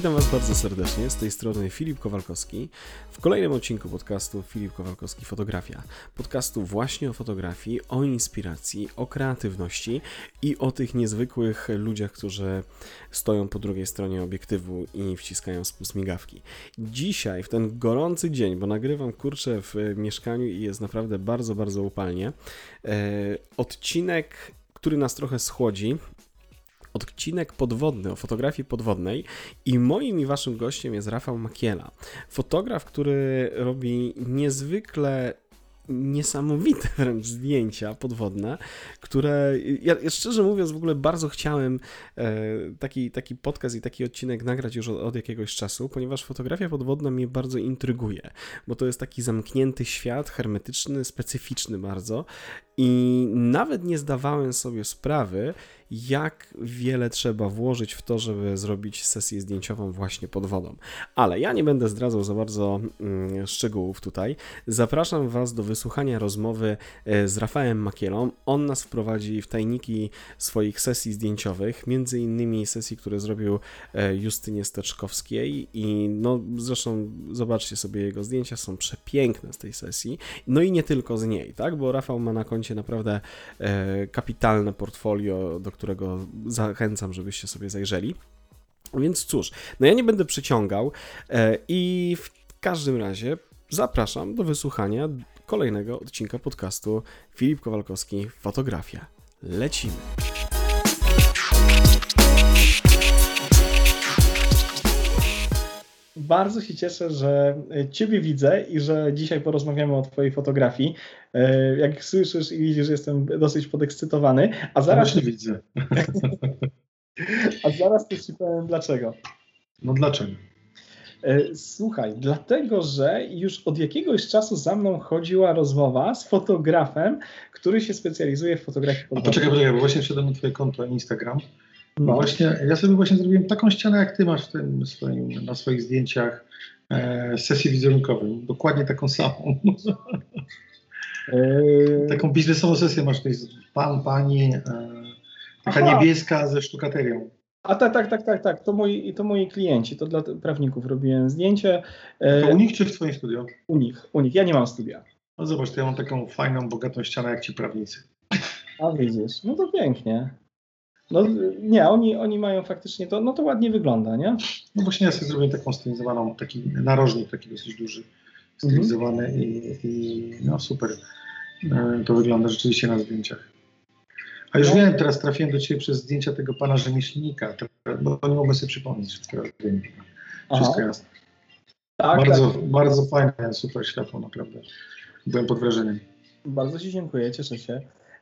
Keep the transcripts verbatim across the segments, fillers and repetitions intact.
Witam Was bardzo serdecznie, z tej strony Filip Kowalkowski w kolejnym odcinku podcastu Filip Kowalkowski Fotografia. Podcastu właśnie o fotografii, o inspiracji, o kreatywności i o tych niezwykłych ludziach, którzy stoją po drugiej stronie obiektywu i wciskają spust migawki. Dzisiaj, w ten gorący dzień, bo nagrywam kurczę w mieszkaniu i jest naprawdę bardzo, bardzo upalnie, e, odcinek, który nas trochę schłodzi, odcinek podwodny, o fotografii podwodnej i moim i waszym gościem jest Rafał Makiela. Fotograf, który robi niezwykle niesamowite wręcz zdjęcia podwodne, które ja, ja szczerze mówiąc w ogóle bardzo chciałem e, taki, taki podcast i taki odcinek nagrać już od, od jakiegoś czasu, ponieważ fotografia podwodna mnie bardzo intryguje, bo to jest taki zamknięty świat, hermetyczny, specyficzny bardzo i nawet nie zdawałem sobie sprawy, jak wiele trzeba włożyć w to, żeby zrobić sesję zdjęciową właśnie pod wodą. Ale ja nie będę zdradzał za bardzo mm, szczegółów tutaj. Zapraszam Was do wysłuchania rozmowy z Rafałem Makielą. On nas wprowadzi w tajniki swoich sesji zdjęciowych, między innymi sesji, które zrobił Justynie Steczkowskiej i no zresztą zobaczcie sobie jego zdjęcia, są przepiękne z tej sesji. No i nie tylko z niej, tak? Bo Rafał ma na koncie naprawdę e, kapitalne portfolio, do którego zachęcam, żebyście sobie zajrzeli. Więc cóż, no ja nie będę przyciągał e, i w każdym razie zapraszam do wysłuchania kolejnego odcinka podcastu Filip Kowalkowski Fotografia. Lecimy! Bardzo się cieszę, że Ciebie widzę i że dzisiaj porozmawiamy o Twojej fotografii. Jak słyszysz i widzisz, jestem dosyć podekscytowany. A zaraz nie widzę. A zaraz też Ci powiem dlaczego. No dlaczego? Słuchaj, dlatego, że już od jakiegoś czasu za mną chodziła rozmowa z fotografem, który się specjalizuje w fotografii podwodnej. Poczekaj, poczekaj, bo właśnie wszedłem na Twoje konto Instagram. No. Właśnie, ja sobie właśnie zrobiłem taką ścianę, jak Ty masz w tym swoim, na swoich zdjęciach e, sesji wizerunkowej. Dokładnie taką samą. Eee... Taką biznesową sesję masz tutaj. Pan, pani, e, taka Aha. niebieska ze sztukaterią. A tak, tak, tak, tak, tak. To moi, to moi klienci, to dla prawników robiłem zdjęcie. E, to u nich czy w Twoim studio? U nich, u nich. Ja nie mam studia. No zobacz, to ja mam taką fajną, bogatą ścianę jak Ci prawnicy. A widzisz, no to pięknie. No nie, oni, oni mają faktycznie to, no to ładnie wygląda, nie? No właśnie ja sobie zrobiłem taką stylizowaną, taki narożnik taki dosyć duży, stylizowany mhm. i, i no super, to wygląda rzeczywiście na zdjęciach. A już no. wiem, teraz trafiłem do Ciebie przez zdjęcia tego pana rzemieślnika, bo nie mogę sobie przypomnieć wszystkiego. Wszystko jasne. Tak, bardzo, tak. bardzo fajne, super światło, naprawdę. Byłem pod wrażeniem. Bardzo Ci dziękuję, cieszę się.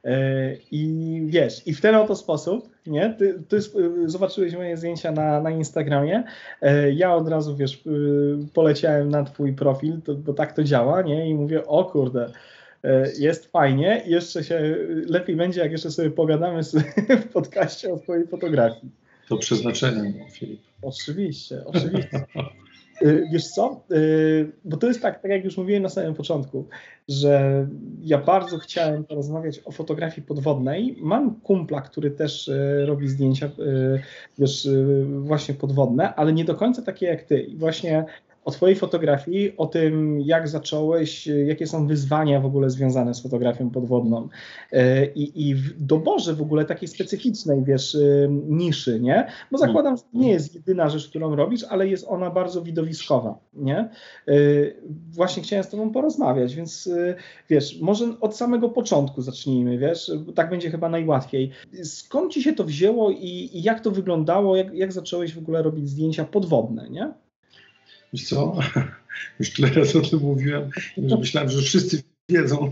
I wiesz, i w ten oto sposób, nie? Ty, ty zobaczyłeś moje zdjęcia na, na Instagramie, ja od razu, wiesz, poleciałem na Twój profil, to, bo tak to działa, nie? I mówię, o kurde, jest fajnie, jeszcze się lepiej będzie, jak jeszcze sobie pogadamy w podcaście o Twojej fotografii. To przeznaczenie, Filip. Oczywiście, oczywiście. Wiesz co, bo to jest tak, tak jak już mówiłem na samym początku, że ja bardzo chciałem porozmawiać o fotografii podwodnej. Mam kumpla, który też robi zdjęcia, wiesz, właśnie podwodne, ale nie do końca takie jak ty. I właśnie o Twojej fotografii, o tym, jak zacząłeś, jakie są wyzwania w ogóle związane z fotografią podwodną i, i w doborze w ogóle takiej specyficznej, wiesz, niszy, nie? Bo zakładam, że to nie jest jedyna rzecz, którą robisz, ale jest ona bardzo widowiskowa, nie? Właśnie chciałem z Tobą porozmawiać, więc wiesz, może od samego początku zacznijmy, wiesz, tak będzie chyba najłatwiej. Skąd Ci się to wzięło i, i jak to wyglądało, jak, jak zacząłeś w ogóle robić zdjęcia podwodne, nie? Wiesz co, już tyle razy o tym mówiłem, że myślałem, że wszyscy wiedzą.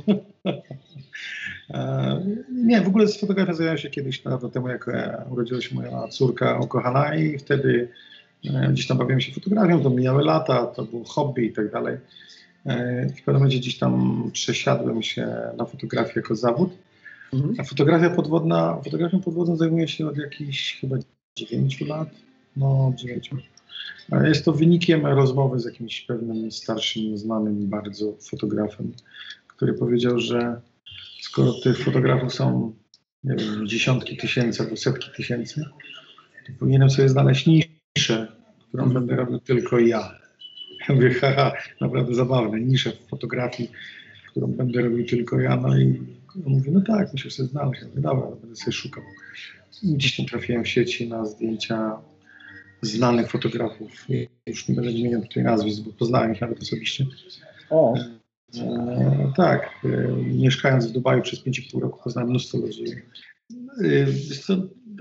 Nie, w ogóle z fotografią zająłem się kiedyś dawno temu, jak urodziła się moja córka ukochana i wtedy gdzieś tam bawiłem się fotografią, to mijały lata, to było hobby i tak dalej. W pewnym momencie gdzieś tam przesiadłem się na fotografię jako zawód. A fotografia podwodna, fotografią podwodną zajmuję się od jakichś chyba dziewięciu lat. No, dziewięciu. Jest to wynikiem rozmowy z jakimś pewnym starszym, znanym bardzo fotografem, który powiedział, że skoro tych fotografów są, nie wiem, dziesiątki tysięcy albo setki tysięcy, to powinienem sobie znaleźć niszę którą mhm. będę robił tylko ja. Ja mówię, haha, naprawdę zabawne, nisza w fotografii, którą będę robił tylko ja. No i mówię, no tak, musisz sobie znaleźć. Ja mówię, dobra, będę sobie szukał. Gdzieś tam trafiłem w sieci na zdjęcia znanych fotografów. Już nie będę wymieniał tutaj nazwisk, bo poznałem ich nawet osobiście. O. E, tak, e, mieszkając w Dubaju przez pięć i pół roku poznałem mnóstwo ludzi. E, to,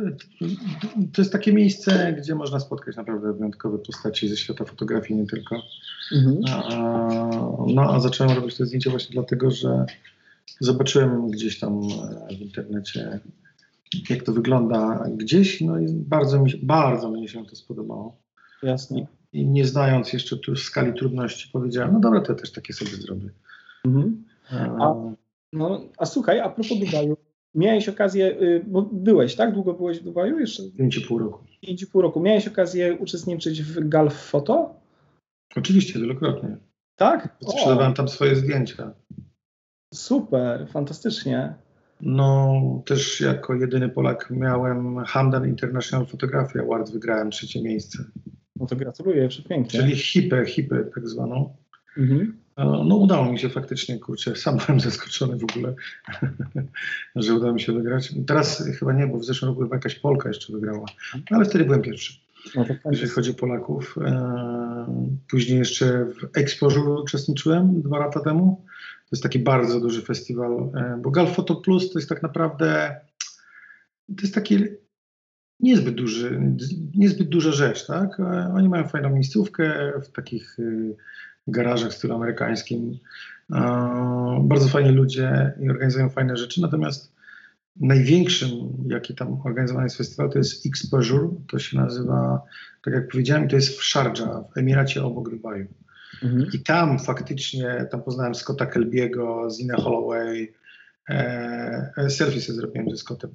to jest takie miejsce, gdzie można spotkać naprawdę wyjątkowe postaci ze świata fotografii, nie tylko. Mhm. A, no a zacząłem robić te zdjęcia właśnie dlatego, że zobaczyłem gdzieś tam w internecie, jak to wygląda gdzieś, no i bardzo mi, bardzo mnie się to spodobało. Jasne. I, i nie znając jeszcze tu skali trudności, powiedziałem, no dobra, to ja też takie sobie zrobię. Mhm. A, no, a słuchaj, a propos Dubaju, miałeś okazję, bo byłeś, tak? Długo byłeś w Dubaju jeszcze? Pięć i pół roku. Pięć i pół roku. Miałeś okazję uczestniczyć w Gulf Photo? Oczywiście, wielokrotnie. Tak? Sprzedawałem tam swoje zdjęcia. Super, fantastycznie. No, też jako jedyny Polak miałem Hamdan International Photography Award, wygrałem trzecie miejsce. No to gratuluję, przepięknie. Czyli hipę, hipę tak zwaną. Mhm. No udało mi się faktycznie, kurczę, sam byłem zaskoczony w ogóle, że udało mi się wygrać. Teraz chyba nie, bo w zeszłym roku chyba jakaś Polka jeszcze wygrała, ale wtedy byłem pierwszy, no jeżeli chodzi o Polaków. Później jeszcze w Exposure uczestniczyłem dwa lata temu. To jest taki bardzo duży festiwal, bo Gulf Photo Plus to jest tak naprawdę, to jest taki niezbyt duży, niezbyt duża rzecz, tak? Oni mają fajną miejscówkę w takich garażach w stylu amerykańskim. Bardzo fajni ludzie i organizują fajne rzeczy, natomiast największym, jaki tam organizowany jest festiwal, to jest Exposure, to się nazywa, tak jak powiedziałem, to jest w Sharjah, w Emiracie obok Dubaju. Mhm. I tam faktycznie, tam poznałem Scotta Kelbiego, Zina Holloway, e, selfie sobie zrobiłem ze Scottem.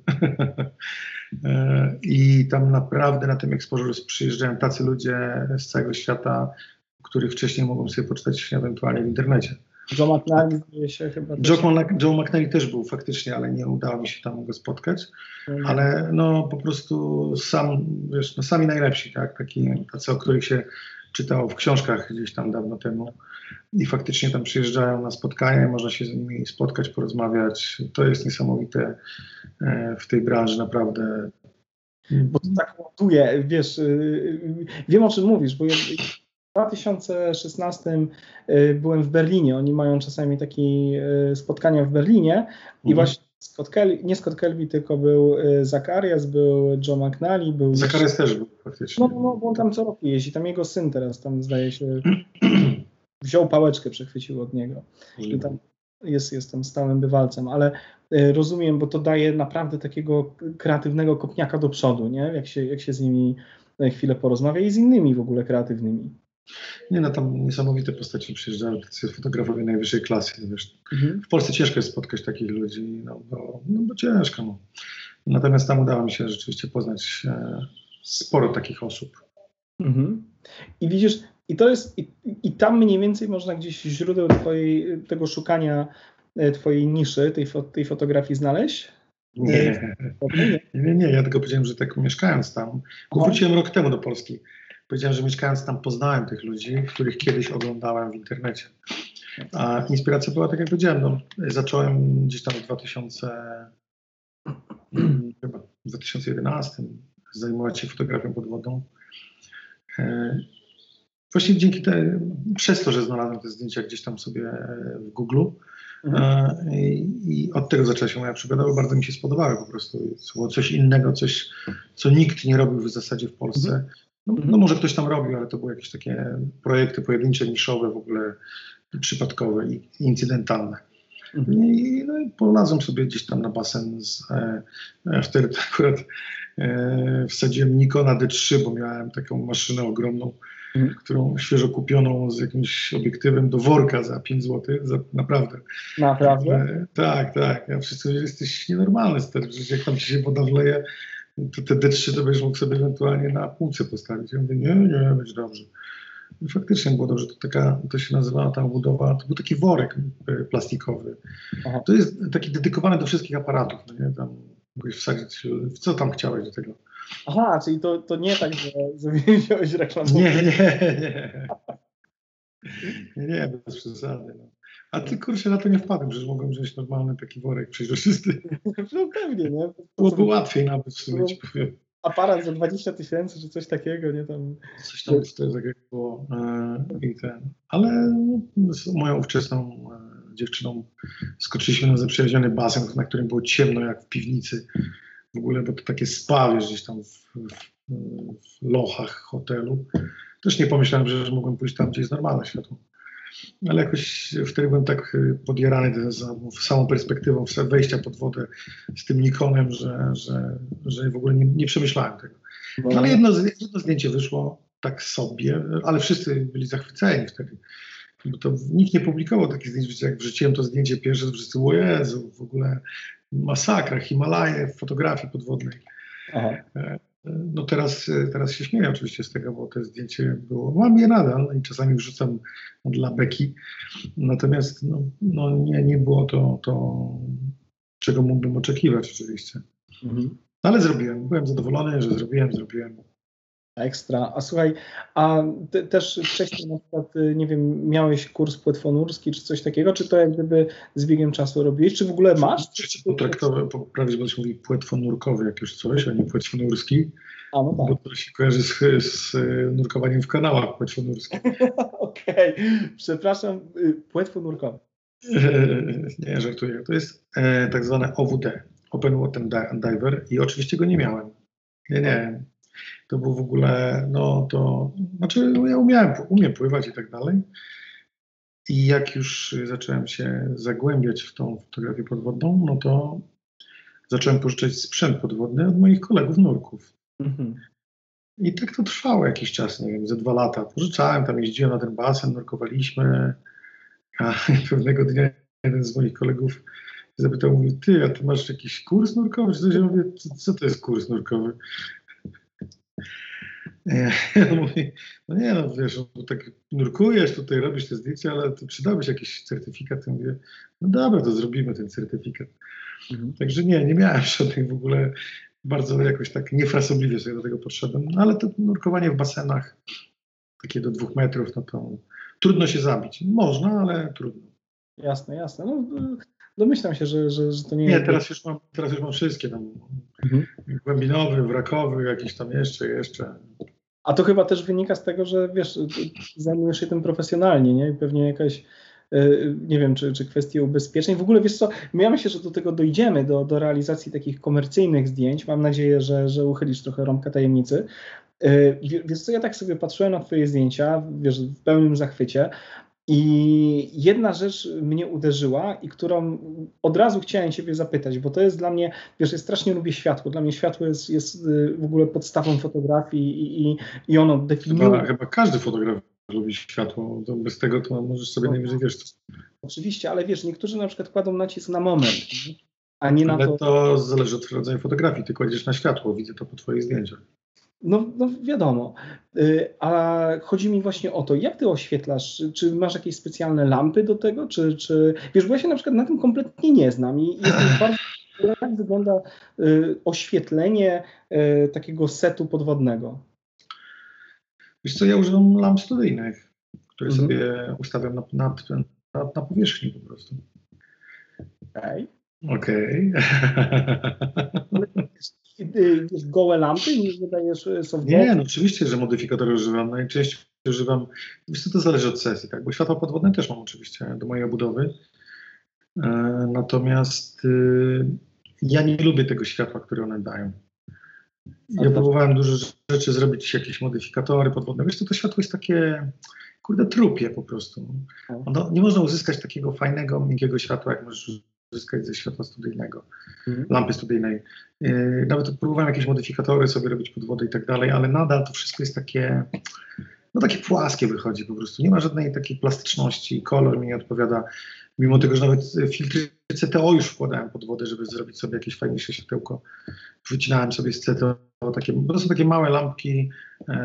e, I tam naprawdę na tym Exposure przyjeżdżają tacy ludzie z całego świata, których wcześniej mogą sobie poczytać ewentualnie w internecie. Joe McNally zdaje się chyba też. Joe, Joe McNally też był faktycznie, ale nie udało mi się tam go spotkać. Mhm. Ale no po prostu sam, wiesz, no sami najlepsi, tak? Taki, tacy, o których się czytało w książkach gdzieś tam dawno temu i faktycznie tam przyjeżdżają na spotkanie, można się z nimi spotkać, porozmawiać. To jest niesamowite w tej branży, naprawdę. Bo to tak ładuje, wiesz, wiem o czym mówisz, bo ja w dwa tysiące szesnastym byłem w Berlinie, oni mają czasami takie spotkania w Berlinie mhm. i właśnie Scott Kelby, nie Scott Kelby, tylko był Zacharias, był Joe McNally, był... Zacharias też był faktycznie. No, no, bo on tam co roku jeździ, tam jego syn teraz tam zdaje się wziął pałeczkę, przechwycił od niego i tam jest, jest tam stałym bywalcem, ale y, rozumiem, bo to daje naprawdę takiego kreatywnego kopniaka do przodu, nie? Jak się, jak się z nimi chwilę porozmawia i z innymi w ogóle kreatywnymi. Nie, no tam niesamowite postaci przyjeżdżają, tacy fotografowie najwyższej klasy, wiesz. Mhm. W Polsce ciężko jest spotkać takich ludzi, no bo, no bo ciężko. No. Natomiast tam udało mi się rzeczywiście poznać e, sporo takich osób. Mhm. I widzisz, i to jest, i, i tam mniej więcej można gdzieś źródeł twojej, tego szukania twojej niszy, tej, tej fotografii znaleźć? Nie. nie, nie, nie, ja tylko powiedziałem, że tak mieszkając tam, bo wróciłem rok temu do Polski. Powiedziałem, że mieszkając tam poznałem tych ludzi, których kiedyś oglądałem w internecie. A inspiracja była, tak jak powiedziałem, no, zacząłem gdzieś tam w dwa tysiące, chyba w dwa tysiące jedenastym zajmować się fotografią pod wodą. Właśnie dzięki te, przez to, że znalazłem te zdjęcia gdzieś tam sobie w Google mhm. i, i od tego zaczęła się moja przygoda, bo bardzo mi się spodobały po prostu. To było coś innego, coś, co nikt nie robił w zasadzie w Polsce. Mhm. No, no może ktoś tam robił, ale to były jakieś takie projekty pojedyncze, niszowe, w ogóle przypadkowe i incydentalne. Mhm. I, no, i polazłem sobie gdzieś tam na basen. Z, e, e, wtedy akurat e, wsadziłem Nikona D trzy, bo miałem taką maszynę ogromną, mhm. którą świeżo kupioną z jakimś obiektywem do worka za pięć złotych. Za, naprawdę. Naprawdę? E, tak, tak. Ja wszyscy mówią, że jesteś nienormalny, stary, że jak tam ci się woda wleje, to te D trzy to będziesz mógł sobie ewentualnie na półce postawić. Ja mówię, nie, nie, będzie dobrze. I faktycznie było dobrze. To, taka, to się nazywała ta budowa, to był taki worek plastikowy. Aha. To jest taki dedykowany do wszystkich aparatów. No nie? Tam mogłeś wsadzić, w co tam chciałeś do tego. Aha, czyli to, to nie tak, że, że wziąłeś reklamę. Nie, nie, nie. Nie, nie, bez przesady. No. A ty, kurczę, na to nie wpadłem, przecież mogłem wziąć normalny taki worek przeźroczysty. No pewnie, nie? Byłoby łatwiej nawet w sumie ci powiem. Aparat za dwadzieścia tysięcy, czy coś takiego, nie? Tam... Coś tam wtedy takiego było. E, i ten. Ale z moją ówczesną e, dziewczyną skoczyliśmy na zaprzyjaźniony basen, na którym było ciemno jak w piwnicy. W ogóle, bo to takie spa, wiesz, gdzieś tam w, w, w lochach hotelu. Też nie pomyślałem, że mogłem pójść tam, gdzie jest normalne światło. Ale jakoś wtedy byłem tak podjarany samą perspektywą wejścia pod wodę z tym Nikonem, że, że, że w ogóle nie, nie przemyślałem tego. No, ale jedno, jedno zdjęcie wyszło tak sobie, ale wszyscy byli zachwyceni wtedy. Bo to nikt nie publikował takich zdjęć, jak wrzuciłem to zdjęcie pierwsze, to wszyscy, o Jezu, w ogóle masakra, Himalaje w fotografii podwodnej. Aha. No teraz, teraz się śmieję oczywiście z tego, bo to zdjęcie było, mam je nadal i czasami wrzucam dla beki, natomiast no, no nie, nie było to, to, czego mógłbym oczekiwać oczywiście. Mhm. Ale zrobiłem, byłem zadowolony, że zrobiłem, zrobiłem. Ekstra. A słuchaj, a ty też wcześniej na przykład, nie wiem, miałeś kurs płetwonurski czy coś takiego, czy to jak gdyby z biegiem czasu robiłeś, czy w ogóle masz? Trzecie potraktowe, poprawić, bo mówili płetwonurkowy jak już coś, a nie płetwonurski. A, no tak. Bo to się kojarzy z, z nurkowaniem w kanałach płetwonurskich. Okej, okay. Przepraszam, płetwonurkowy. Nie, żartuję. To jest e, tak zwane O W D, Open Water Diver i oczywiście go nie miałem. Nie, nie. To był w ogóle, no to, znaczy ja umiałem, umiem pływać i tak dalej. I jak już zacząłem się zagłębiać w tą fotografię podwodną, no to zacząłem pożyczać sprzęt podwodny od moich kolegów nurków. Mhm. I tak to trwało jakiś czas, nie wiem, ze dwa lata. Pożyczałem, tam jeździłem na ten basen, nurkowaliśmy, a pewnego dnia jeden z moich kolegów zapytał, mówi, ty, a ty masz jakiś kurs nurkowy? Czy coś? Ja mówię, co, co to jest kurs nurkowy? Ja mówię, no nie, no wiesz, no, tak nurkujesz, tutaj robisz te zdjęcia, ale to przydałbyś jakiś certyfikat. Ja mówię, no dobra, to zrobimy ten certyfikat. Mhm. Także nie, nie miałem żadnych w ogóle, bardzo jakoś tak niefrasobliwie sobie do tego podszedłem, no, ale to nurkowanie w basenach, takie do dwóch metrów, no to trudno się zabić. Można, ale trudno. Jasne, jasne. No, domyślam się, że, że, że to nie, nie jest... Nie, teraz już mam, teraz już mam wszystkie tam. Mhm. Głębinowy, wrakowy, jakiś tam jeszcze, jeszcze. A to chyba też wynika z tego, że wiesz, zajmujesz się tym profesjonalnie, nie? Pewnie jakaś, nie wiem, czy, czy kwestie ubezpieczeń. W ogóle wiesz co, ja myślę, że do tego dojdziemy, do, do realizacji takich komercyjnych zdjęć. Mam nadzieję, że, że uchylisz trochę rąbka tajemnicy. Wiesz co, ja tak sobie patrzyłem na twoje zdjęcia, wiesz, w pełnym zachwycie. I jedna rzecz mnie uderzyła i którą od razu chciałem ciebie zapytać, bo to jest dla mnie, wiesz, ja strasznie lubię światło. Dla mnie światło jest, jest w ogóle podstawą fotografii i, i, i ono definiuje... Chyba, chyba każdy fotograf lubi światło, to bez tego to możesz sobie no, najwyżej, wiesz... To... Oczywiście, ale wiesz, niektórzy na przykład kładą nacisk na moment, a nie ale na to... to zależy od rodzaju fotografii, ty kładziesz na światło, widzę to po twoich zdjęciach. No, no wiadomo, a chodzi mi właśnie o to, jak ty oświetlasz, czy masz jakieś specjalne lampy do tego, czy, czy wiesz, bo ja się na przykład na tym kompletnie nie znam i jestem bardzo, jak wygląda oświetlenie takiego setu podwodnego? Wiesz co, ja używam lamp studyjnych, które mhm. sobie ustawiam na, na, na, na powierzchni po prostu. Okej. Okej. Wiesz, gołe lampy, nie wydajesz softbox? Nie, no oczywiście, że modyfikatory używam. Najczęściej używam, wiesz co, to zależy od sesji, tak? Bo światła podwodne też mam oczywiście do mojej obudowy. E, natomiast y, ja nie lubię tego światła, które one dają. Ja próbowałem dużo rzeczy zrobić, jakieś modyfikatory podwodne. Wiesz co, to światło jest takie, kurde, trupie po prostu. No, nie można uzyskać takiego fajnego, miękkiego światła, jak możesz uzyskać ze światła studyjnego, mm. lampy studyjnej. Yy, nawet próbowałem jakieś modyfikatory sobie robić pod wodę i tak dalej, ale nadal to wszystko jest takie, no takie płaskie wychodzi po prostu. Nie ma żadnej takiej plastyczności, kolor mi nie odpowiada, mimo tego, że nawet filtry C T O już wkładałem pod wodę, żeby zrobić sobie jakieś fajniejsze światełko. Wycinałem sobie z C T O takie, bo to są takie małe lampki, yy,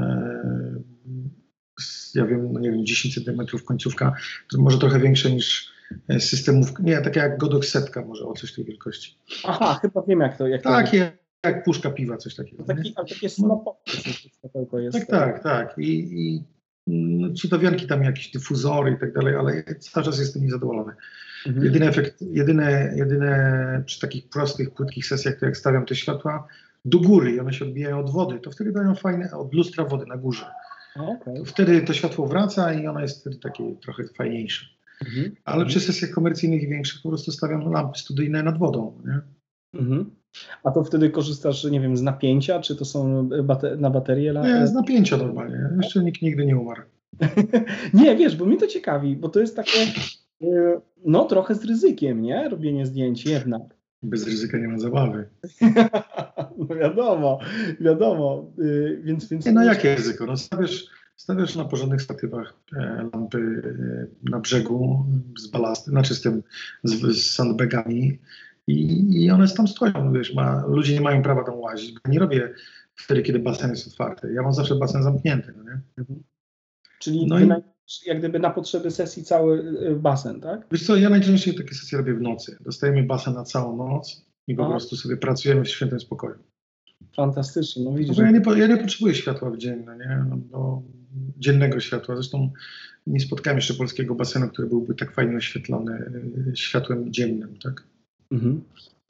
ja wiem, no nie wiem, dziesięć centymetrów końcówka, może trochę większe niż systemów, nie, takie jak Godox setka może o coś tej wielkości. Aha, chyba wiem jak to. Jak tak, to... jak puszka piwa, coś takiego. To taki, a takie smakołko jest. Tak, tak, tak. I, i no, ci do wianki tam jakieś dyfuzory i tak dalej, ale cały czas jestem niezadowolony. Mhm. Jedyny efekt, jedyne, jedyne przy takich prostych, płytkich sesjach, to jak stawiam te światła do góry i one się odbijają od wody, to wtedy dają fajne, od lustra wody na górze. Okay. To wtedy to światło wraca i ono jest wtedy takie trochę fajniejsze. Mhm. Ale mhm. przy sesjach komercyjnych i większych po prostu stawiam lampy studyjne nad wodą. Nie? Mhm. A to wtedy korzystasz, nie wiem, z napięcia, czy to są bate- na baterie? Nie, z napięcia normalnie. Jeszcze nikt nigdy nie umarł. Nie, wiesz, bo mnie to ciekawi, bo to jest takie, no trochę z ryzykiem, nie? Robienie zdjęć jednak. Bez ryzyka nie ma zabawy. No wiadomo, wiadomo. Więc, więc... Nie, no jakie ryzyko? No stawiasz, stawiasz na porządnych statywach e, lampy e, na brzegu z balastem, znaczy z tym, z, z sandbagami i, i one tam stoją, wiesz, ma, ludzie nie mają prawa tam łazić. Nie robię wtedy, kiedy basen jest otwarty. Ja mam zawsze basen zamknięty, no nie? Mhm. Czyli no i... jak gdyby na potrzeby sesji cały basen, tak? Wiesz co, ja najczęściej takie sesje robię w nocy. Dostajemy basen na całą noc i po A. prostu sobie pracujemy w świętym spokoju. Fantastycznie, no widzisz. No, ja, nie, ja nie potrzebuję światła w dzień, no nie? No, no, dziennego światła. Zresztą nie spotkałem jeszcze polskiego basenu, który byłby tak fajnie oświetlony światłem dziennym, tak? Mhm.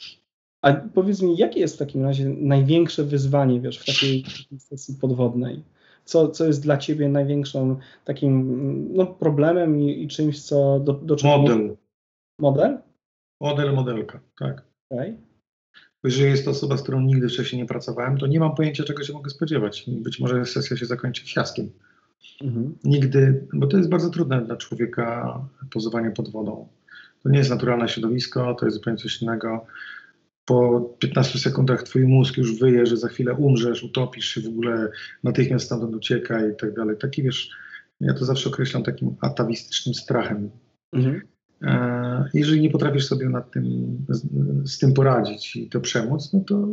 A powiedz mi, jakie jest w takim razie największe wyzwanie, wiesz, w takiej sesji podwodnej? Co, co jest dla ciebie największym takim no, problemem i, i czymś, co do, do czego... Model. Model? Model, modelka, tak. Okay. Jeżeli jest to osoba, z którą nigdy wcześniej nie pracowałem, to nie mam pojęcia, czego się mogę spodziewać. Być może sesja się zakończy fiaskiem. Mhm. Nigdy, bo to jest bardzo trudne dla człowieka pozowanie pod wodą. To nie jest naturalne środowisko, to jest zupełnie coś innego. Po piętnastu sekundach twój mózg już wyje, że za chwilę umrzesz, utopisz się w ogóle, natychmiast stamtąd ucieka i tak dalej. Taki, wiesz, ja to zawsze określam takim atawistycznym strachem. Mhm. E, jeżeli nie potrafisz sobie nad tym, z, z tym poradzić i to przemóc, no to,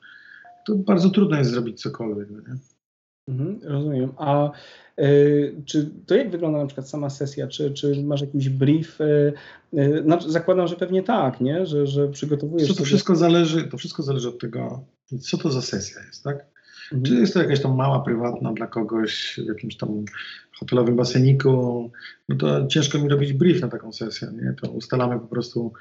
to bardzo trudno jest zrobić cokolwiek. Nie? Mhm, rozumiem. A y, czy to jak wygląda na przykład sama sesja? Czy, czy masz jakiś brief? Y, y, no, zakładam, że pewnie tak, nie? Że, że przygotowujesz... To, to, wszystko zależy, to wszystko zależy od tego, co to za sesja jest, tak? Mhm. Czy jest to jakaś tam mała, prywatna dla kogoś w jakimś tam hotelowym baseniku, no to ciężko mi robić brief na taką sesję, nie? To ustalamy po prostu,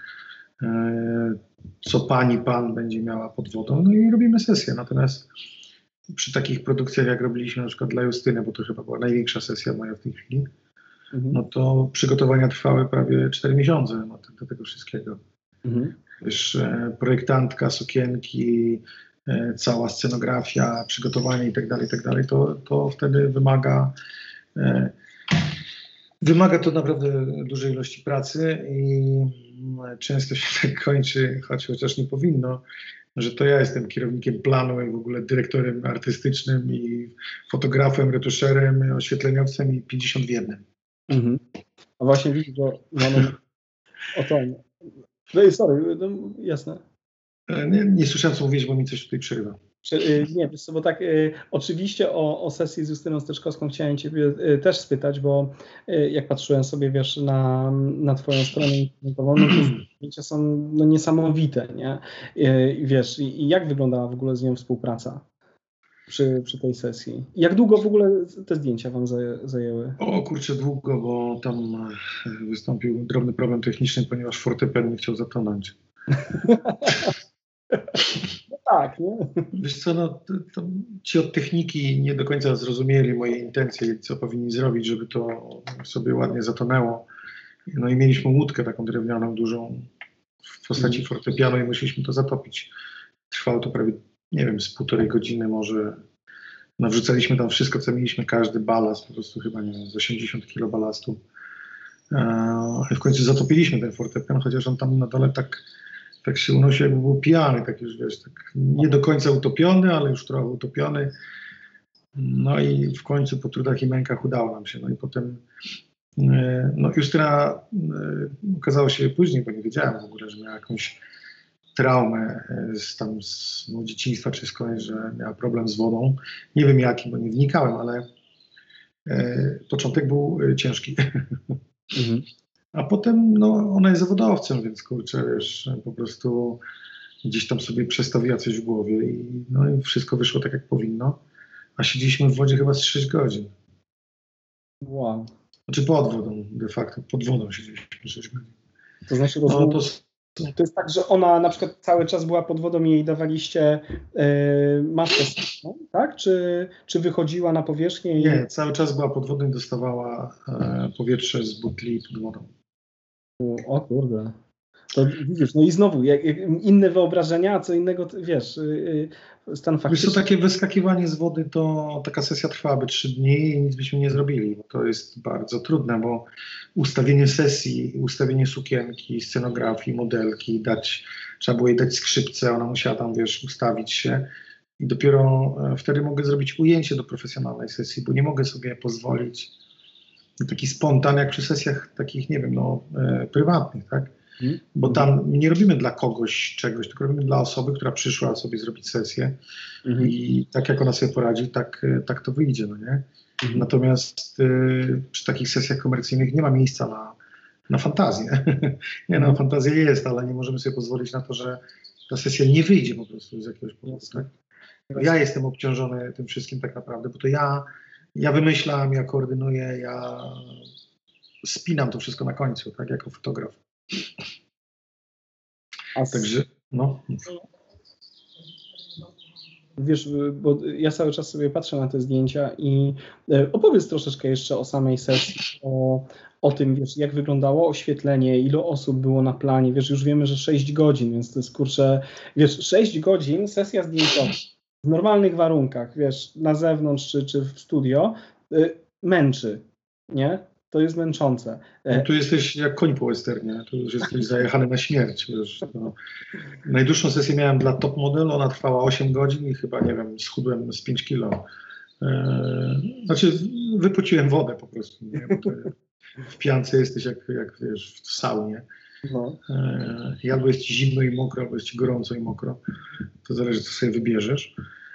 e, co pani, pan będzie miała pod wodą, no i robimy sesję. Natomiast przy takich produkcjach, jak robiliśmy na przykład dla Justyny, bo to chyba była największa sesja moja w tej chwili, mhm. no to przygotowania trwały prawie cztery miesiące no, do tego wszystkiego. Mhm. Wiesz, e, projektantka, sukienki, e, cała scenografia, przygotowanie i tak dalej, i tak dalej, to, to wtedy wymaga e, wymaga to naprawdę dużej ilości pracy i często się tak kończy, choć chociaż nie powinno, że to ja jestem kierownikiem planu i w ogóle dyrektorem artystycznym i fotografem, retuszerem, oświetleniowcem i pięćdziesiąt w jednym. Mhm. A właśnie widzisz, że mamy o to. No sorry, no, jasne. Nie, nie słyszałem, co mówisz, bo mi coś tutaj przerywa. Nie, wiesz co, bo tak y, oczywiście o, o sesji z Justyną Steczkowską chciałem ciebie y, też spytać, bo y, jak patrzyłem sobie, wiesz, na, na twoją stronę internetową, no to zdjęcia są no, niesamowite, nie? Y, wiesz, i, i jak wyglądała w ogóle z nią współpraca przy, przy tej sesji? Jak długo w ogóle te zdjęcia wam zaję, zajęły? O kurczę, długo, bo tam wystąpił drobny problem techniczny, ponieważ fortepian nie chciał zatonąć. No tak, nie? Wiesz co, no, to, to ci od techniki nie do końca zrozumieli moje intencje i co powinni zrobić, żeby to sobie ładnie zatonęło. No i mieliśmy łódkę taką drewnianą, dużą, w postaci fortepianu i musieliśmy to zatopić. Trwało to prawie, nie wiem, z półtorej godziny może. No, wrzucaliśmy tam wszystko, co mieliśmy, każdy balast, po prostu chyba, nie wiem, z osiemdziesiąt kilo balastu. I w końcu zatopiliśmy ten fortepian, chociaż on tam na dole tak tak się unosił, jakby był pijany, tak już wiesz, tak nie do końca utopiony, ale już trochę utopiony. No i w końcu po trudach i mękach udało nam się. No i potem no Justyna okazało się później, bo nie wiedziałem w ogóle, że miała jakąś traumę z, tam z dzieciństwa czy skądś, że miała problem z wodą. Nie wiem jaki, bo nie wnikałem, ale e, początek był ciężki. Mhm. A potem, no, ona jest zawodowcem, więc kurczę, wiesz, po prostu gdzieś tam sobie przestawiła coś w głowie i, no, i wszystko wyszło tak, jak powinno. A siedzieliśmy w wodzie chyba z sześć godzin. Wow. Znaczy pod wodą, de facto, pod wodą siedzieliśmy sześć godzin. To znaczy, No, rozumiem, to, to jest tak, że ona na przykład cały czas była pod wodą i jej dawaliście yy, maskę, tak? Czy, czy wychodziła na powierzchnię? I... Nie, cały czas była pod wodą i dostawała e, powietrze z butli pod wodą. O kurde. To widzisz, no i znowu, jak, jak inne wyobrażenia, a co innego, wiesz, yy, stan faktyczny. Wiesz co, takie wyskakiwanie z wody, to taka sesja trwałaby trzy dni i nic byśmy nie zrobili. To jest bardzo trudne, bo ustawienie sesji, ustawienie sukienki, scenografii, modelki, dać, trzeba było jej dać skrzypce, ona musiała tam, wiesz, ustawić się i dopiero wtedy mogę zrobić ujęcie do profesjonalnej sesji, bo nie mogę sobie pozwolić na taki spontan, jak przy sesjach takich, nie wiem, no, e, prywatnych, tak? Hmm. Bo tam nie robimy dla kogoś czegoś, tylko robimy dla osoby, która przyszła sobie zrobić sesję mhm. i tak jak ona sobie poradzi, tak, tak to wyjdzie, no nie? Mhm. Natomiast y, przy takich sesjach komercyjnych nie ma miejsca na, na fantazję. nie, mhm. na fantazję jest, ale nie możemy sobie pozwolić na to, że ta sesja nie wyjdzie po prostu z jakiegoś powodu, tak? No ja jestem obciążony tym wszystkim tak naprawdę, bo to ja, ja wymyślam, ja koordynuję, ja spinam to wszystko na końcu, tak, jako fotograf. A także, no. Wiesz, bo ja cały czas sobie patrzę na te zdjęcia i opowiedz troszeczkę jeszcze o samej sesji, o, o tym, wiesz, jak wyglądało oświetlenie, ile osób było na planie, wiesz, już wiemy, że sześć godzin, więc to jest, kurczę, wiesz, sześć godzin, sesja zdjęciowa w normalnych warunkach, wiesz, na zewnątrz czy, czy w studio, y, męczy, nie? To jest męczące. No, tu jesteś jak koń po westernie, tu już jesteś zajechany na śmierć. Wiesz, no. Najdłuższą sesję miałem dla top modelu, ona trwała osiem godzin i chyba, nie wiem, schudłem z pięć kilo. Eee, znaczy, wypociłem wodę po prostu. Nie? Bo to w piance jesteś jak, jak wiesz, w saunie. No. Eee, albo jest ci zimno i mokro, albo jest ci gorąco i mokro. To zależy, co sobie wybierzesz.